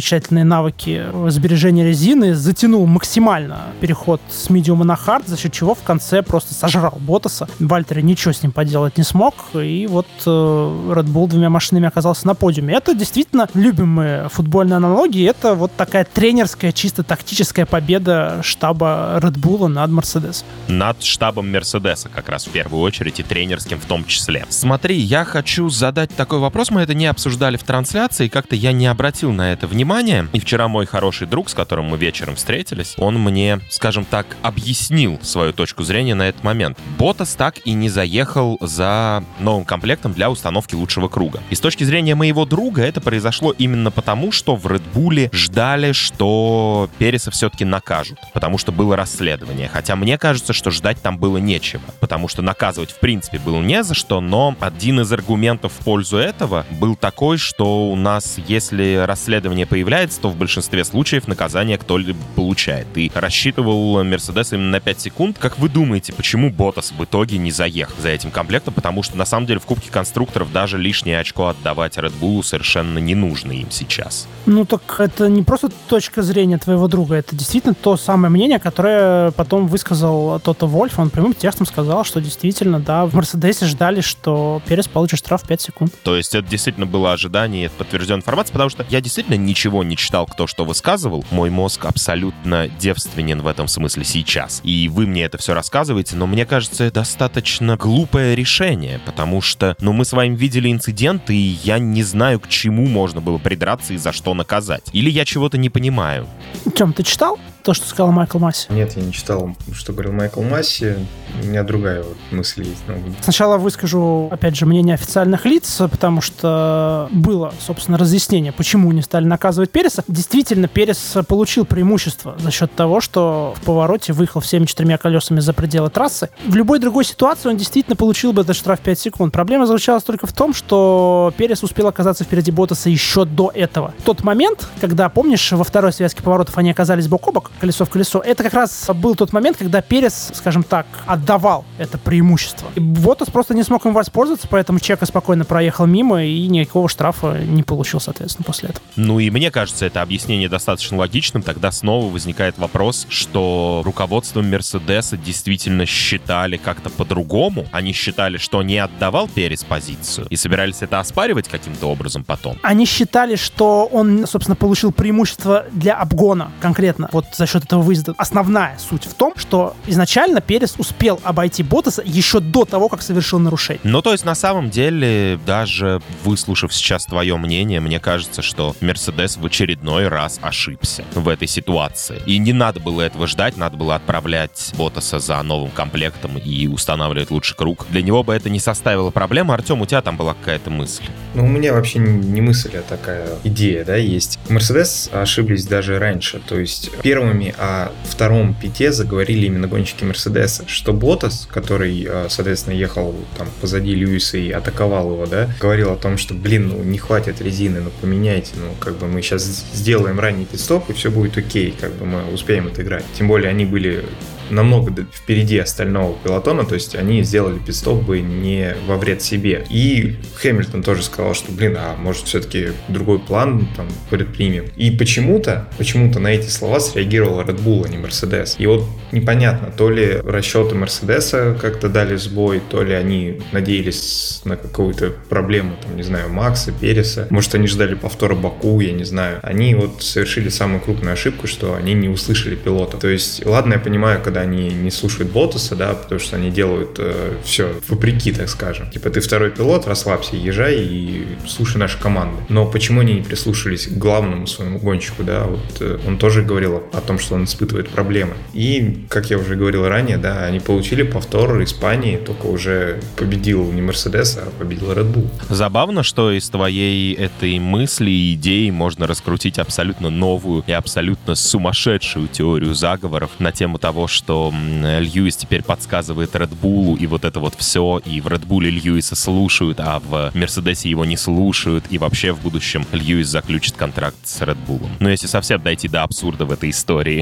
замечательные навыки сбережения резины, затянул максимально переход с медиума на хард, за счет чего в конце просто сожрал Ботаса. Вальтери ничего с ним поделать не смог, и вот Red Bull двумя машинами оказался на подиуме. Это действительно любимые футбольные аналогии, это вот такая тренерская, чисто тактическая победа штаба Red Bull над Mercedes. Над штабом Мерседеса как раз в первую очередь, и тренерским в том числе. Смотри, я хочу задать такой вопрос, мы это не обсуждали в трансляции, как-то я не обратил на это внимания, и вчера мой хороший друг, с которым мы вечером встретились, он мне, скажем так, объяснил свою точку зрения на этот момент. Ботас так и не заехал за новым комплектом для установки лучшего круга. И с точки зрения моего друга это произошло именно потому, что в Red Bull ждали, что Переса все-таки накажут, потому что было расследование. Хотя мне кажется, что ждать там было нечего, потому что наказывать в принципе было не за что, но один из аргументов в пользу этого был такой, что у нас, если расследование появляется, то в большинстве случаев наказание кто-либо получает. И рассчитывал Мерседес именно на 5 секунд. Как вы думаете, почему Ботас в итоге не заехал за этим комплектом? Потому что на самом деле в Кубке конструкторов даже лишнее очко отдавать Red Bull совершенно не нужно им сейчас. Ну так это не просто точка зрения твоего друга, это действительно то самое мнение, которое потом высказал Тото Вольф. Он прямым текстом сказал, что действительно, да, в Мерседесе ждали, что Перес получит штраф в 5 секунд. То есть это действительно было ожидание, это подтвержденная информация, потому что я действительно ничего не читал, кто что высказывал. Мой мозг абсолютно девственен в этом смысле сейчас. И вы мне это все рассказываете, но мне кажется, это достаточно глупое решение, потому что, мы с вами видели инцидент, и я не знаю, к чему можно было придраться и за что наказать. Или я чего-то не понимаю. Тём, ты читал то, что сказал Майкл Масси? Нет, я не читал, что говорил Майкл Масси. У меня другая мысль есть. Сначала выскажу, опять же, мнение официальных лиц, потому что было, собственно, разъяснение, почему не стали наказывать Переса. Действительно, Перес получил преимущество за счет того, что в повороте выехал всеми 4 колесами за пределы трассы. В любой другой ситуации он действительно получил бы этот штраф 5 секунд. Проблема заключалась только в том, что Перес успел оказаться впереди Ботаса еще до этого. Тот момент, когда, помнишь, во второй связке поворотов они оказались бок о бок, колесо в колесо, это как раз был тот момент, когда Перес, скажем так, отдавал это преимущество. И Ботас просто не смог им воспользоваться, поэтому Чека спокойно проехал мимо и никакого штрафа не получил, соответственно, после этого. И мне кажется, это объяснение достаточно логичным. Тогда снова возникает вопрос, что руководством Мерседеса действительно считали как-то по-другому. Они считали, что не отдавал Перес позицию и собирались это оспаривать каким-то образом потом. Они считали, что он, собственно, получил преимущество для обгона конкретно вот за счет этого выезда. Основная суть в том, что изначально Перес успел обойти Ботаса еще до того, как совершил нарушение. То есть на самом деле, даже выслушав сейчас твое мнение, мне кажется, что Мерседес в очередной раз ошибся в этой ситуации. И не надо было этого ждать, надо было отправлять Ботаса за новым комплектом и устанавливать лучший круг. Для него бы это не составило проблемы. Артем, у тебя там была какая-то мысль? У меня вообще не мысль, а такая идея, да, есть. Мерседес ошиблись даже раньше, то есть первыми о втором пите заговорили именно гонщики Мерседеса, что Ботас, который, соответственно, ехал там позади Льюиса и атаковал его, да, говорил о том, что, не хватит резины, поменяйте, мы сейчас сделаем ранний пит-стоп, и все будет окей, мы успеем отыграть. Тем более они были намного впереди остального пелотона, то есть они сделали пит-стоп бы не во вред себе. И Хэмилтон тоже сказал, что, может все-таки другой план предпримем. И почему-то на эти слова среагировал Red Bull, а не Mercedes. И вот непонятно, то ли расчеты Мерседеса как-то дали сбой, то ли они надеялись на какую-то проблему, Макса, Переса. Может, они ждали повтора Баку, я не знаю. Они совершили самую крупную ошибку, что они не услышали пилота. То есть, ладно, я понимаю, когда они не слушают Ботаса, да, потому что они делают все вопреки, так скажем. Ты второй пилот, расслабься, езжай и слушай нашу команду. Но почему они не прислушались к главному своему гонщику, да, он тоже говорил о том, что он испытывает проблемы. И, как я уже говорил ранее, да, они получили повтор Испании, только уже победил не Мерседес, а победил Red Bull. Забавно, что из твоей этой мысли и идеи можно раскрутить абсолютно новую и абсолютно сумасшедшую теорию заговоров на тему того, что Льюис теперь подсказывает Red Bull, и вот это все, и в Red Bull Льюиса слушают, а в Мерседесе его не слушают, и вообще в будущем Льюис заключит контракт с Red Bull. Если совсем дойти до абсурда в этой истории.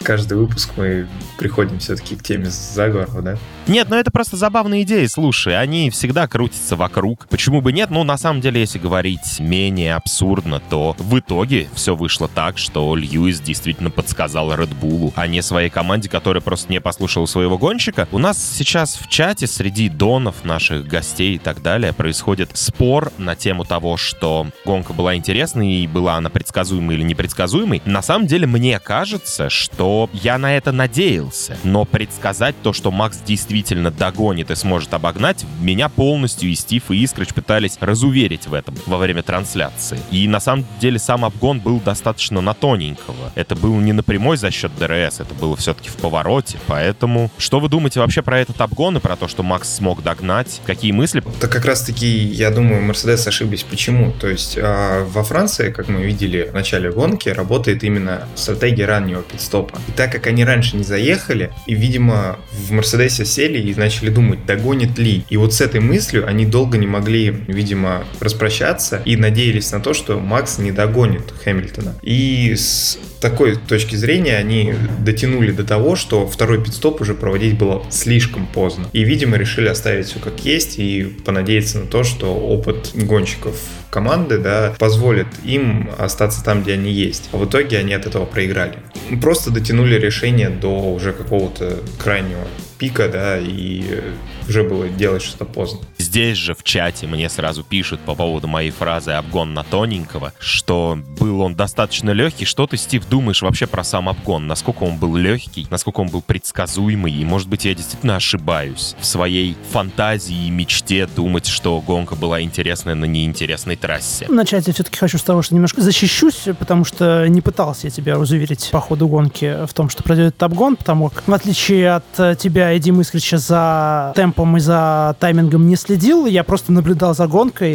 Каждый выпуск мы приходим все-таки к теме заговоров, да? Нет, ну это просто забавные идеи, слушай, они всегда крутятся вокруг. Почему бы нет? Ну, на самом деле, если говорить менее абсурдно, то в итоге все вышло так, что Льюис действительно подсказал Red Bull, а не своей команде, которая просто не послушала своего гонщика. У нас сейчас в чате среди донов, наших гостей и так далее происходит спор на тему того, что гонка была интересной и была она предсказуемой или непредсказуемой. На самом деле, мне кажется, что я на это надеялся, но предсказать то, что Макс действительно догонит и сможет обогнать, меня полностью и Стив, и Искрыч пытались разуверить в этом во время трансляции. И на самом деле сам обгон был достаточно на тоненького. Это было не напрямую за счет ДРС, это было все-таки в повороте. Поэтому, что вы думаете вообще про этот обгон и про то, что Макс смог догнать? Какие мысли? Да как раз-таки, я думаю, Мерседес ошиблись. Почему? То есть во Франции, как мы видели в начале гонки, работает именно стратегия раннего пит-стопа. И так как они раньше не заехали, и, видимо, в Мерседесе сели и начали думать, догонит ли. И вот с этой мыслью они долго не могли, видимо, распрощаться и надеялись на то, что Макс не догонит Хэмилтона. И с такой точки зрения они дотянули до того, что второй пит-стоп уже проводить было слишком поздно. И, видимо, решили оставить все как есть и понадеяться на то, что опыт гонщиков команды, да, позволит им остаться там, где они есть. А в итоге они от этого проиграли. Просто дотянули решение до уже какого-то крайнего пика, да, и уже было делать что-то поздно. Здесь же в чате мне сразу пишут по поводу моей фразы «обгон на тоненького», что был он достаточно легкий. Что ты, Стив, думаешь вообще про сам обгон? Насколько он был легкий, насколько он был предсказуемый? И, может быть, я действительно ошибаюсь в своей фантазии и мечте думать, что гонка была интересная на неинтересной трассе. Начать я все-таки хочу с того, что немножко защищусь, потому что не пытался я тебя разуверить по ходу гонки в том, что произойдет этот обгон, потому как, в отличие от тебя, Эдди Искрича, за темпом и за таймингом не следил, я просто наблюдал за гонкой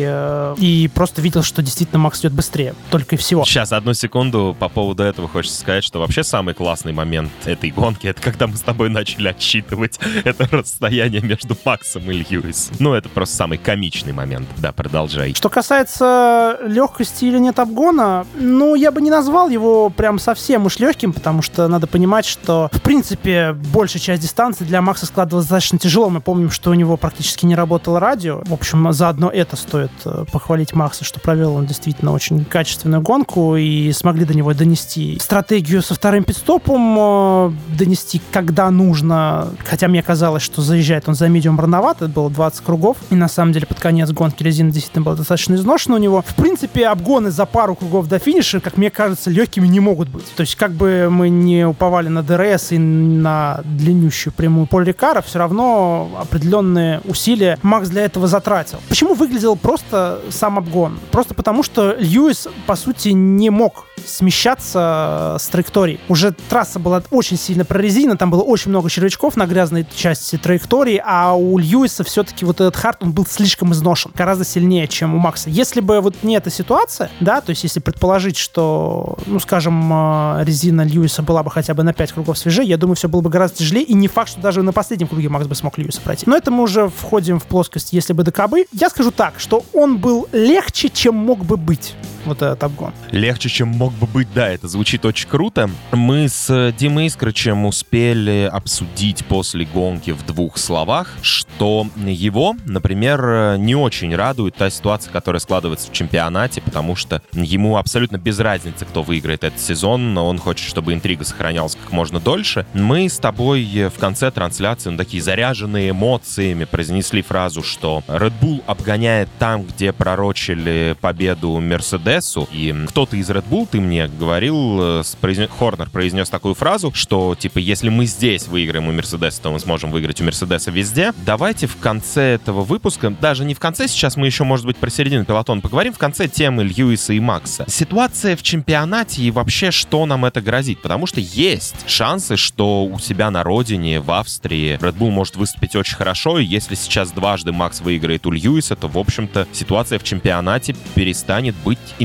и просто видел, что действительно Макс идет быстрее, только и всего. Сейчас, одну секунду, по поводу этого хочется сказать, что вообще самый классный момент этой гонки — это когда мы с тобой начали отсчитывать это расстояние между Максом и Льюисом. Ну, это просто самый комичный момент. Да, продолжай. Что касается легкости или нет обгона, ну, я бы не назвал его прям совсем уж легким, потому что надо понимать, что, в принципе, большая часть дистанции для Макса складывалась достаточно тяжело. Мы помним, что у него практически не работало радио. В общем, заодно это стоит похвалить Макса, что провел он действительно очень качественную гонку и смогли до него донести стратегию со вторым пит-стопом, донести когда нужно. Хотя мне казалось, что заезжает он за медиум рановато, это было 20 кругов. И на самом деле под конец гонки резина действительно была достаточно изношена у него. В принципе, обгоны за пару кругов до финиша, как мне кажется, легкими не могут быть. То есть, как бы мы не уповали на ДРС и на длиннющую прямую Поль Рикара, все равно определенные усилия Макс для этого затратил. Почему выглядел просто сам обгон? Просто потому, что Льюис, по сути, не мог смещаться с траектории. Уже трасса была очень сильно прорезинена, там было очень много червячков на грязной части траектории, а у Льюиса все-таки вот этот хард, он был слишком изношен, гораздо сильнее, чем у Макса. Если бы вот не эта ситуация, да, то есть если предположить, что, ну, скажем, резина Льюиса была бы хотя бы на 5 кругов свежее, я думаю, все было бы гораздо тяжелее, и не факт, что даже на последнем круге Макс бы смог Льюиса пройти. Но это мы уже входим в плоскость «если бы да кабы». Я скажу так, что он был легче, чем мог бы быть. Вот этот обгон. Легче, чем мог бы быть, да, это звучит очень круто. Мы с Димой Искрычем успели обсудить после гонки в 2 словах, что его, например, не очень радует та ситуация, которая складывается в чемпионате, потому что ему абсолютно без разницы, кто выиграет этот сезон, но он хочет, чтобы интрига сохранялась как можно дольше. Мы с тобой в конце трансляции, ну, такие заряженные эмоциями, произнесли фразу, что Red Bull обгоняет там, где пророчили победу Мерседесу, и кто-то из Red Bull, ты мне говорил, Хорнер произнес такую фразу, что, типа, если мы здесь выиграем у Мерседеса, то мы сможем выиграть у Мерседеса везде. Давайте в конце этого выпуска, даже не в конце, сейчас мы еще, может быть, про середину пелотона поговорим, в конце темы Льюиса и Макса. Ситуация в чемпионате и вообще, что нам это грозит? Потому что есть шансы, что у себя на родине, в Австрии, Red Bull может выступить очень хорошо, и если сейчас дважды Макс выиграет у Льюиса, то, в общем-то, ситуация в чемпионате перестанет быть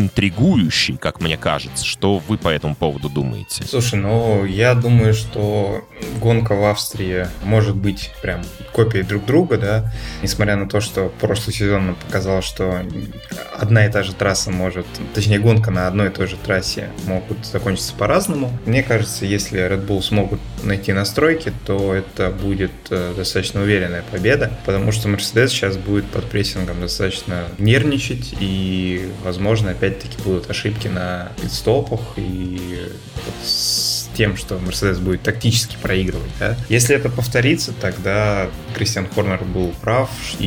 интригующий, как мне кажется. Что вы по этому поводу думаете? Слушай, я думаю, что гонка в Австрии может быть прям копией друг друга, да, несмотря на то, что прошлый сезон нам показал, что одна и та же трасса гонка на одной и той же трассе могут закончиться по-разному. Мне кажется, если Red Bull смогут найти настройки, то это будет достаточно уверенная победа, потому что Mercedes сейчас будет под прессингом достаточно нервничать, и, возможно, опять-таки будут ошибки на пит-стопах и с тем, что Mercedes будет тактически проигрывать. Да? Если это повторится, тогда Кристиан Хорнер был прав,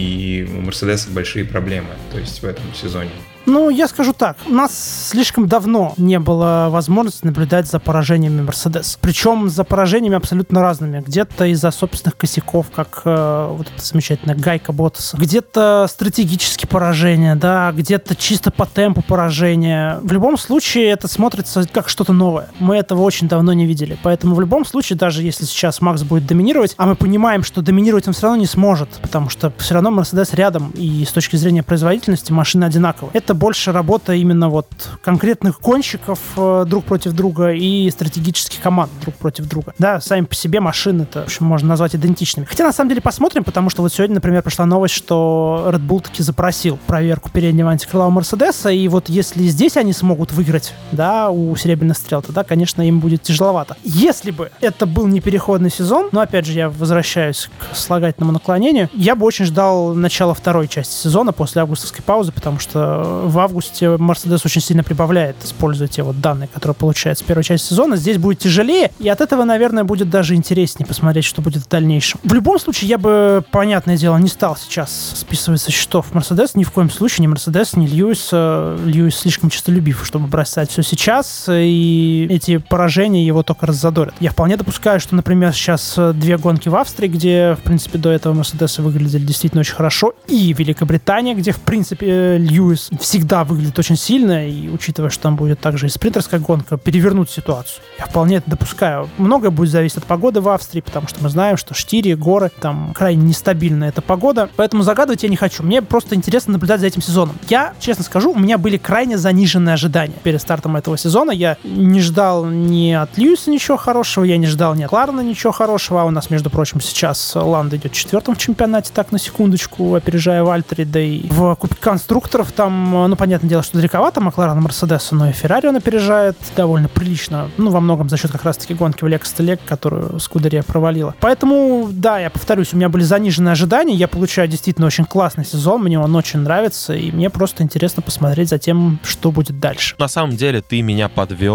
и у Mercedes большие проблемы, то есть в этом сезоне. Я скажу так. У нас слишком давно не было возможности наблюдать за поражениями Mercedes. Причем за поражениями абсолютно разными. Где-то из-за собственных косяков, как вот эта замечательная гайка Боттаса. Где-то стратегические поражения, да, где-то чисто по темпу поражения. В любом случае это смотрится как что-то новое. Мы этого очень давно не видели. Поэтому в любом случае, даже если сейчас Макс будет доминировать, а мы понимаем, что доминировать он все равно не сможет, потому что все равно Mercedes рядом, и с точки зрения производительности машины одинаковые. Это больше работа именно вот конкретных гонщиков друг против друга и стратегических команд друг против друга. Да, сами по себе машины-то, в общем, можно назвать идентичными. Хотя, на самом деле, посмотрим, потому что вот сегодня, например, пришла новость, что Red Bull таки запросил проверку переднего антикрыла у Мерседеса, и вот если здесь они смогут выиграть, да, у Серебряных Стрел, тогда, конечно, им будет тяжеловато. Если бы это был не переходный сезон, но, опять же, я возвращаюсь к слагательному наклонению, я бы очень ждал начала второй части сезона после августовской паузы, потому что в августе Mercedes очень сильно прибавляет, используя те вот данные, которые получает с первой части сезона. Здесь будет тяжелее, и от этого, наверное, будет даже интереснее посмотреть, что будет в дальнейшем. В любом случае, я бы, понятное дело, не стал сейчас списывать со счетов Mercedes, ни в коем случае, ни Mercedes, ни Льюис. Льюис слишком честолюбив, чтобы бросать все сейчас, и эти поражения его только раззадорят. Я вполне допускаю, что, например, сейчас 2 гонки в Австрии, где, в принципе, до этого Mercedes выглядели действительно очень хорошо, и Великобритания, где, в принципе, Льюис всегда выглядит очень сильно, и учитывая, что там будет также и спринтерская гонка, перевернуть ситуацию. Я вполне это допускаю. Многое будет зависеть от погоды в Австрии, потому что мы знаем, что штири, горы, там крайне нестабильная эта погода, поэтому загадывать я не хочу. Мне просто интересно наблюдать за этим сезоном. Я, честно скажу, у меня были крайне заниженные ожидания перед стартом этого сезона. Я не ждал ни от Льюиса ничего хорошего, я не ждал ни от Кларена ничего хорошего, а у нас, между прочим, сейчас Ландо идет 4-м в чемпионате, так, на секундочку, опережая Вальтери, да и в Кубке конструкторов там, понятное дело, что далековато Макларена Мерседеса, но и Феррари он опережает довольно прилично, во многом за счет как раз-таки гонки в Лекс-Телек, которую Скудерия провалила. Поэтому, да, я повторюсь, у меня были заниженные ожидания, я получаю действительно очень классный сезон, мне он очень нравится, и мне просто интересно посмотреть за тем, что будет дальше. На самом деле, ты меня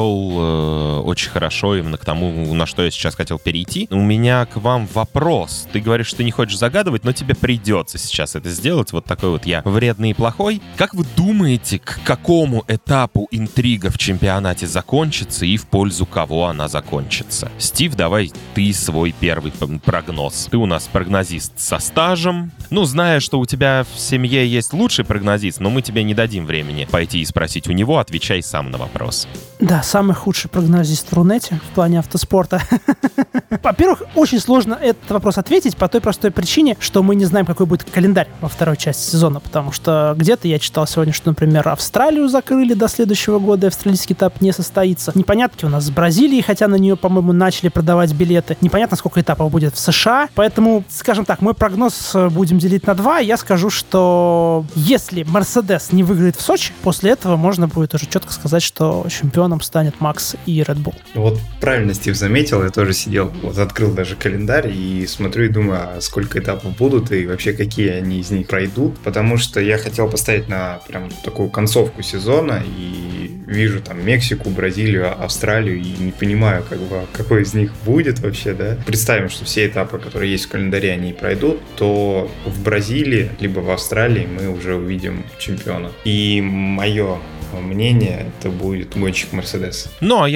подвел очень хорошо именно к тому, на что я сейчас хотел перейти. У меня к вам вопрос. Ты говоришь, что ты не хочешь загадывать, но тебе придется сейчас это сделать. Вот такой вот я вредный и плохой. Как вы думаете, к какому этапу интрига в чемпионате закончится и в пользу кого она закончится? Стив, давай ты свой первый прогноз. Ты у нас прогнозист со стажем. Зная, что у тебя в семье есть лучший прогнозист, но мы тебе не дадим времени пойти и спросить у него, отвечай сам на вопрос. Да, самый худший прогнозист в Рунете в плане автоспорта. Во-первых, очень сложно этот вопрос ответить по той простой причине, что мы не знаем, какой будет календарь во второй части сезона, потому что где-то я читал сегодня, что, например, Австралию закрыли до следующего года, австралийский этап не состоится. Непонятки у нас с Бразилией, хотя на нее, по-моему, начали продавать билеты. Непонятно, сколько этапов будет в США, поэтому, скажем так, мой прогноз будем делить на 2. Я скажу, что если Mercedes не выиграет в Сочи, после этого можно будет уже четко сказать, что чемпионом станет Макс и Red Bull. Вот правильно Стив заметил, я тоже сидел, открыл даже календарь и смотрю и думаю, а сколько этапов будут и вообще какие они из них пройдут, потому что я хотел поставить на прям такую концовку сезона и вижу там Мексику, Бразилию, Австралию и не понимаю, какой из них будет вообще, да. Представим, что все этапы, которые есть в календаре, они пройдут, то в Бразилии либо в Австралии мы уже увидим чемпиона. И мое мнение, это будет гонщик Мерседес. А я буду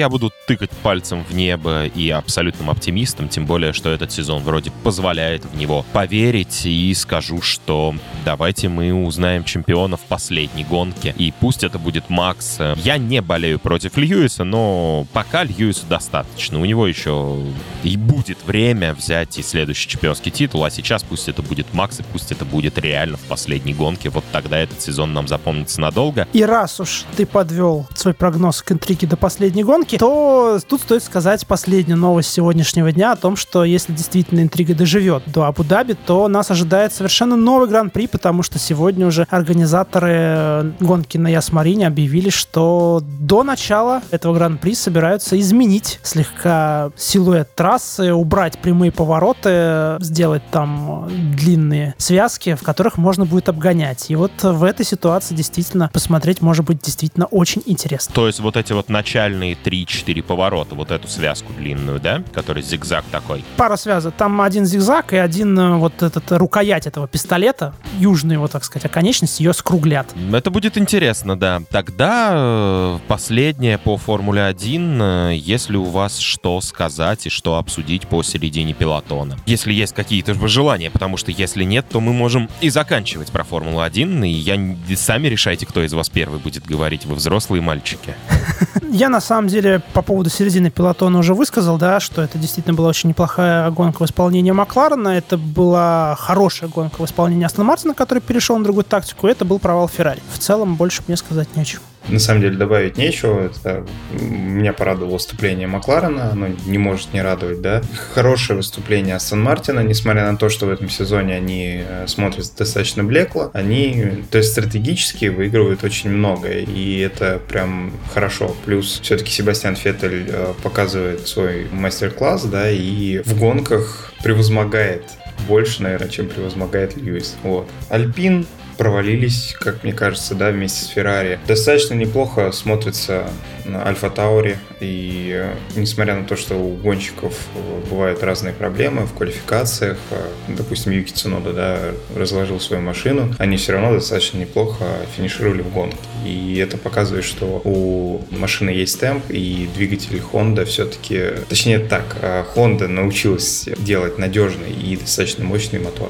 тыкать пальцем в небо и абсолютным оптимистом, тем более, что этот сезон вроде позволяет в него поверить, и скажу, что давайте мы узнаем чемпиона в последней гонке, и пусть это будет Макс. Я не болею против Льюиса, но пока Льюису достаточно. У него еще и будет время взять и следующий чемпионский титул, а сейчас пусть это будет Макс, и пусть это будет реально в последней гонке. Вот тогда этот сезон нам запомнится надолго. И раз уж ты подвел свой прогноз к интриге до последней гонки, то тут стоит сказать последнюю новость сегодняшнего дня о том, что если действительно интрига доживет до Абу-Даби, то нас ожидает совершенно новый гран-при, потому что сегодня уже организаторы гонки на Яс-Марине объявили, что до начала этого гран-при собираются изменить слегка силуэт трассы, убрать прямые повороты, сделать там длинные связки, в которых можно будет обгонять. И вот в этой ситуации действительно посмотреть может быть действительно очень интересно. То есть вот эти вот начальные 3-4 поворота, вот эту связку длинную, да, который зигзаг такой? Пара связок. Там один зигзаг и один вот этот рукоять этого пистолета, южные, вот так сказать, оконечности, ее скруглят. Это будет интересно, да. Тогда последнее по Формуле 1, если у вас что сказать и что обсудить по середине пелотона. Если есть какие-то желания, потому что если нет, то мы можем и заканчивать про Формулу 1, и сами решайте, кто из вас первый будет говорить, вы взрослые мальчики. Я, на самом деле, по поводу середины пелотона уже высказал, да, что это действительно была очень неплохая гонка в исполнении Макларена, это была хорошая гонка в исполнении Астона Мартина, который перешел на другую тактику, и это был провал Феррари. В целом, больше мне сказать нечего. На самом деле добавить нечего. Меня порадовало выступление Макларена, оно не может не радовать, да. Хорошее выступление Астон Мартина, несмотря на то, что в этом сезоне они смотрятся достаточно блекло, они, то есть стратегически выигрывают очень много, и это прям хорошо. Плюс все-таки Себастьян Феттель показывает свой мастер-класс, да, и в гонках превозмогает больше, наверное, чем превозмогает Льюис. Вот. Альпин провалились, как мне кажется, да, вместе с Феррари. Достаточно неплохо смотрится Альфа Таури, и несмотря на то, что у гонщиков бывают разные проблемы в квалификациях, допустим, Юки Цунода, да, разложил свою машину, они все равно достаточно неплохо финишировали в гонке. И это показывает, что у машины есть темп, и двигатель Honda все-таки, точнее так, Honda научилась делать надежный и достаточно мощный мотор.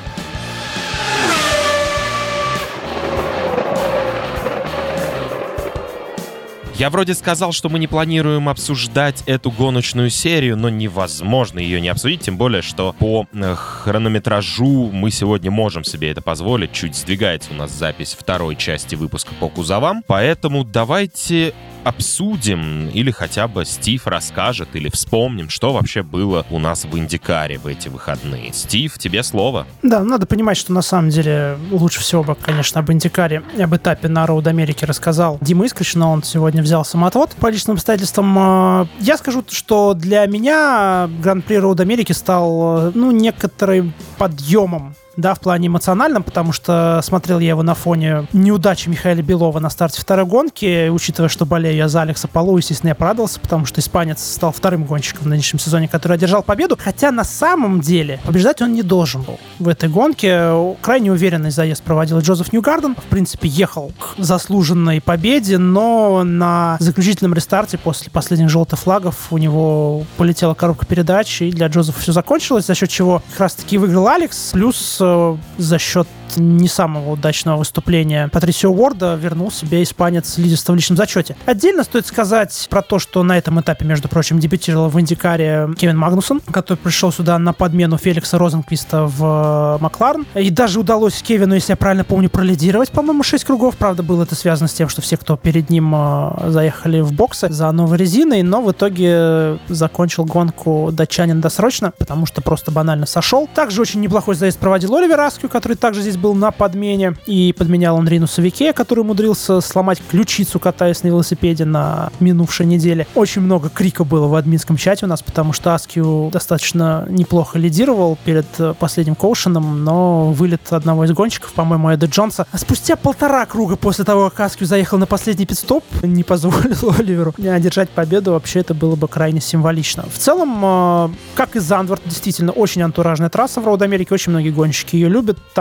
Я вроде сказал, что мы не планируем обсуждать эту гоночную серию, но невозможно ее не обсудить, тем более, что по хронометражу мы сегодня можем себе это позволить. Чуть сдвигается у нас запись второй части выпуска по кузовам, поэтому давайте обсудим, или хотя бы Стив расскажет, или вспомним, что вообще было у нас в Индикаре в эти выходные. Стив, тебе слово. Да, надо понимать, что на самом деле лучше всего бы, конечно, об Индикаре и об этапе на Роуд Америке рассказал Дима Искрич, но он сегодня взял самоотвод по личным обстоятельствам. Я скажу, что для меня Гран-при Роуд Америки стал, некоторым подъемом, да, в плане эмоциональном, потому что смотрел я его на фоне неудачи Михаила Белова на старте второй гонки, учитывая, что болею я за Алекса Палу, естественно, я порадовался, потому что испанец стал вторым гонщиком в нынешнем сезоне, который одержал победу, хотя на самом деле побеждать он не должен был в этой гонке. Крайне уверенный заезд проводил Джозеф Ньюгарден, в принципе, ехал к заслуженной победе, но на заключительном рестарте после последних желтых флагов у него полетела коробка передач, и для Джозефа все закончилось, за счет чего как раз-таки выиграл Алекс, плюс за счет не самого удачного выступления Патрисио Уорда вернул себе испанец лидерство в личном зачете. Отдельно стоит сказать про то, что на этом этапе, между прочим, дебютировал в Индикаре Кевин Магнусон, который пришел сюда на подмену Феликса Розенквиста в Макларен. И даже удалось Кевину, если я правильно помню, пролидировать, по-моему, 6 кругов. Правда, было это связано с тем, что все, кто перед ним заехали в боксы за новой резиной, но в итоге закончил гонку датчанин досрочно, потому что просто банально сошел. Также очень неплохой заезд проводил Оливер Аскью, который также здесь был на подмене, и подменял он Рину Савике, который умудрился сломать ключицу, катаясь на велосипеде на минувшей неделе. Очень много крика было в админском чате у нас, потому что Аскью достаточно неплохо лидировал перед последним коушеном, но вылет одного из гонщиков, по-моему, Эда Джонса, спустя 1,5 круга после того, как Аскью заехал на последний пит-стоп, не позволил Оливеру одержать победу. Вообще это было бы крайне символично. В целом, как и Зандворт, действительно очень антуражная трасса в Роуд Америке, очень многие гонщики ее любят. Там было так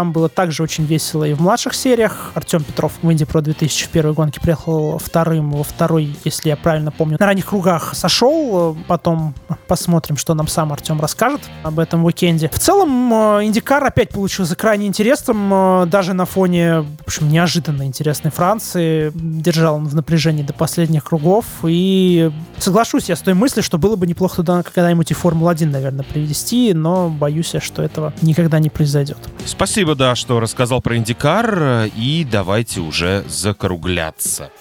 также очень весело и в младших сериях. Артем Петров в Инди Про 2001 гонке приехал вторым. Во второй, если я правильно помню, на ранних кругах сошел. Потом посмотрим, что нам сам Артем расскажет об этом уикенде. В целом, IndyCar опять получился крайне интересным. Даже на фоне, в общем, неожиданно интересной Франции. Держал он в напряжении до последних кругов. И соглашусь я с той мыслью, что было бы неплохо туда когда-нибудь и Формулу-1, наверное, привести, но боюсь я, что этого никогда не произойдет. Спасибо, да, что рассказал про IndyCar, и давайте уже закругляться.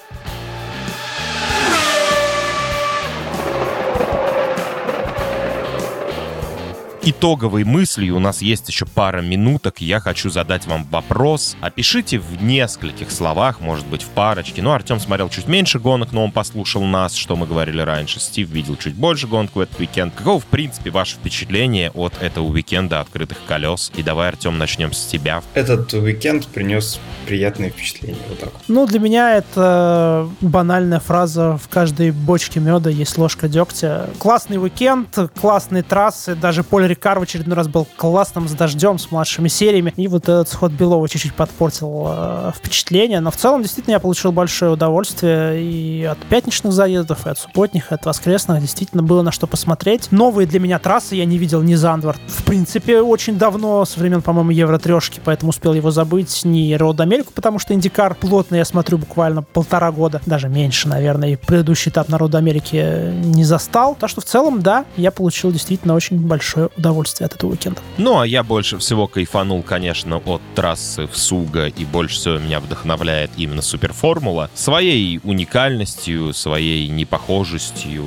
Итоговой мыслью, у нас есть еще пара минуток, я хочу задать вам вопрос. Опишите в нескольких словах, может быть, в парочке. Ну, Артем смотрел чуть меньше гонок, но он послушал нас, что мы говорили раньше. Стив видел чуть больше гонок в этот уикенд. Каково, в принципе, ваше впечатление от этого уикенда открытых колес? И давай, Артем, начнем с тебя. Этот уикенд принес приятные впечатления. Вот так. Ну, для меня это банальная фраза: в каждой бочке меда есть ложка дегтя. Классный уикенд, классные трассы, даже Поль Рикар в очередной раз был классным с дождем, с младшими сериями. И вот этот сход Белова чуть-чуть подпортил впечатление. Но в целом, действительно, я получил большое удовольствие и от пятничных заездов, и от субботних, и от воскресных. Действительно, было на что посмотреть. Новые для меня трассы я не видел ни Зандвард, в принципе, очень давно, со времен, по-моему, Евро-3, поэтому успел его забыть, ни Роуд Америку, потому что IndyCar плотно я смотрю буквально 1,5 года, даже меньше, наверное, и предыдущий этап на Роуд Америке не застал. Так что в целом, да, я получил действительно очень большое удовольствие от этого уикенда. Ну, а я больше всего кайфанул, конечно, от трассы в Суго, и больше всего меня вдохновляет именно Суперформула. Своей уникальностью, своей непохожестью,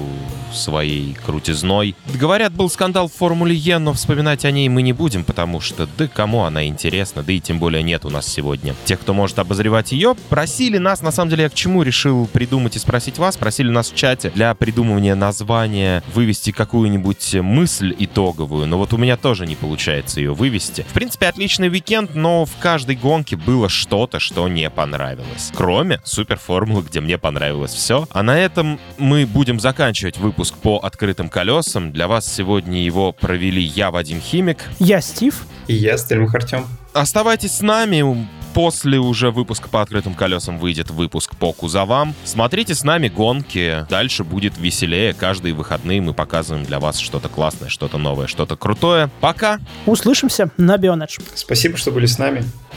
своей крутизной. Говорят, был скандал в Формуле Е, но вспоминать о ней мы не будем, потому что, да кому она интересна, да и тем более нет у нас сегодня тех, кто может обозревать ее. Просили нас, на самом деле, я к чему решил придумать и спросить вас, просили нас в чате для придумывания названия вывести какую-нибудь мысль итоговую, но вот у меня тоже не получается ее вывести. В принципе, отличный уикенд, но в каждой гонке было что-то, что не понравилось. Кроме Суперформулы, где мне понравилось все. А на этом мы будем заканчивать выпуск по открытым колесам. Для вас сегодня его провели я, Вадим Химик. Я, Стив. И я, Стельмах Артем. Оставайтесь с нами. После уже выпуска по открытым колесам выйдет выпуск по кузовам. Смотрите с нами гонки. Дальше будет веселее. Каждые выходные мы показываем для вас что-то классное, что-то новое, что-то крутое. Пока! Услышимся на Bionedge. Спасибо, что были с нами.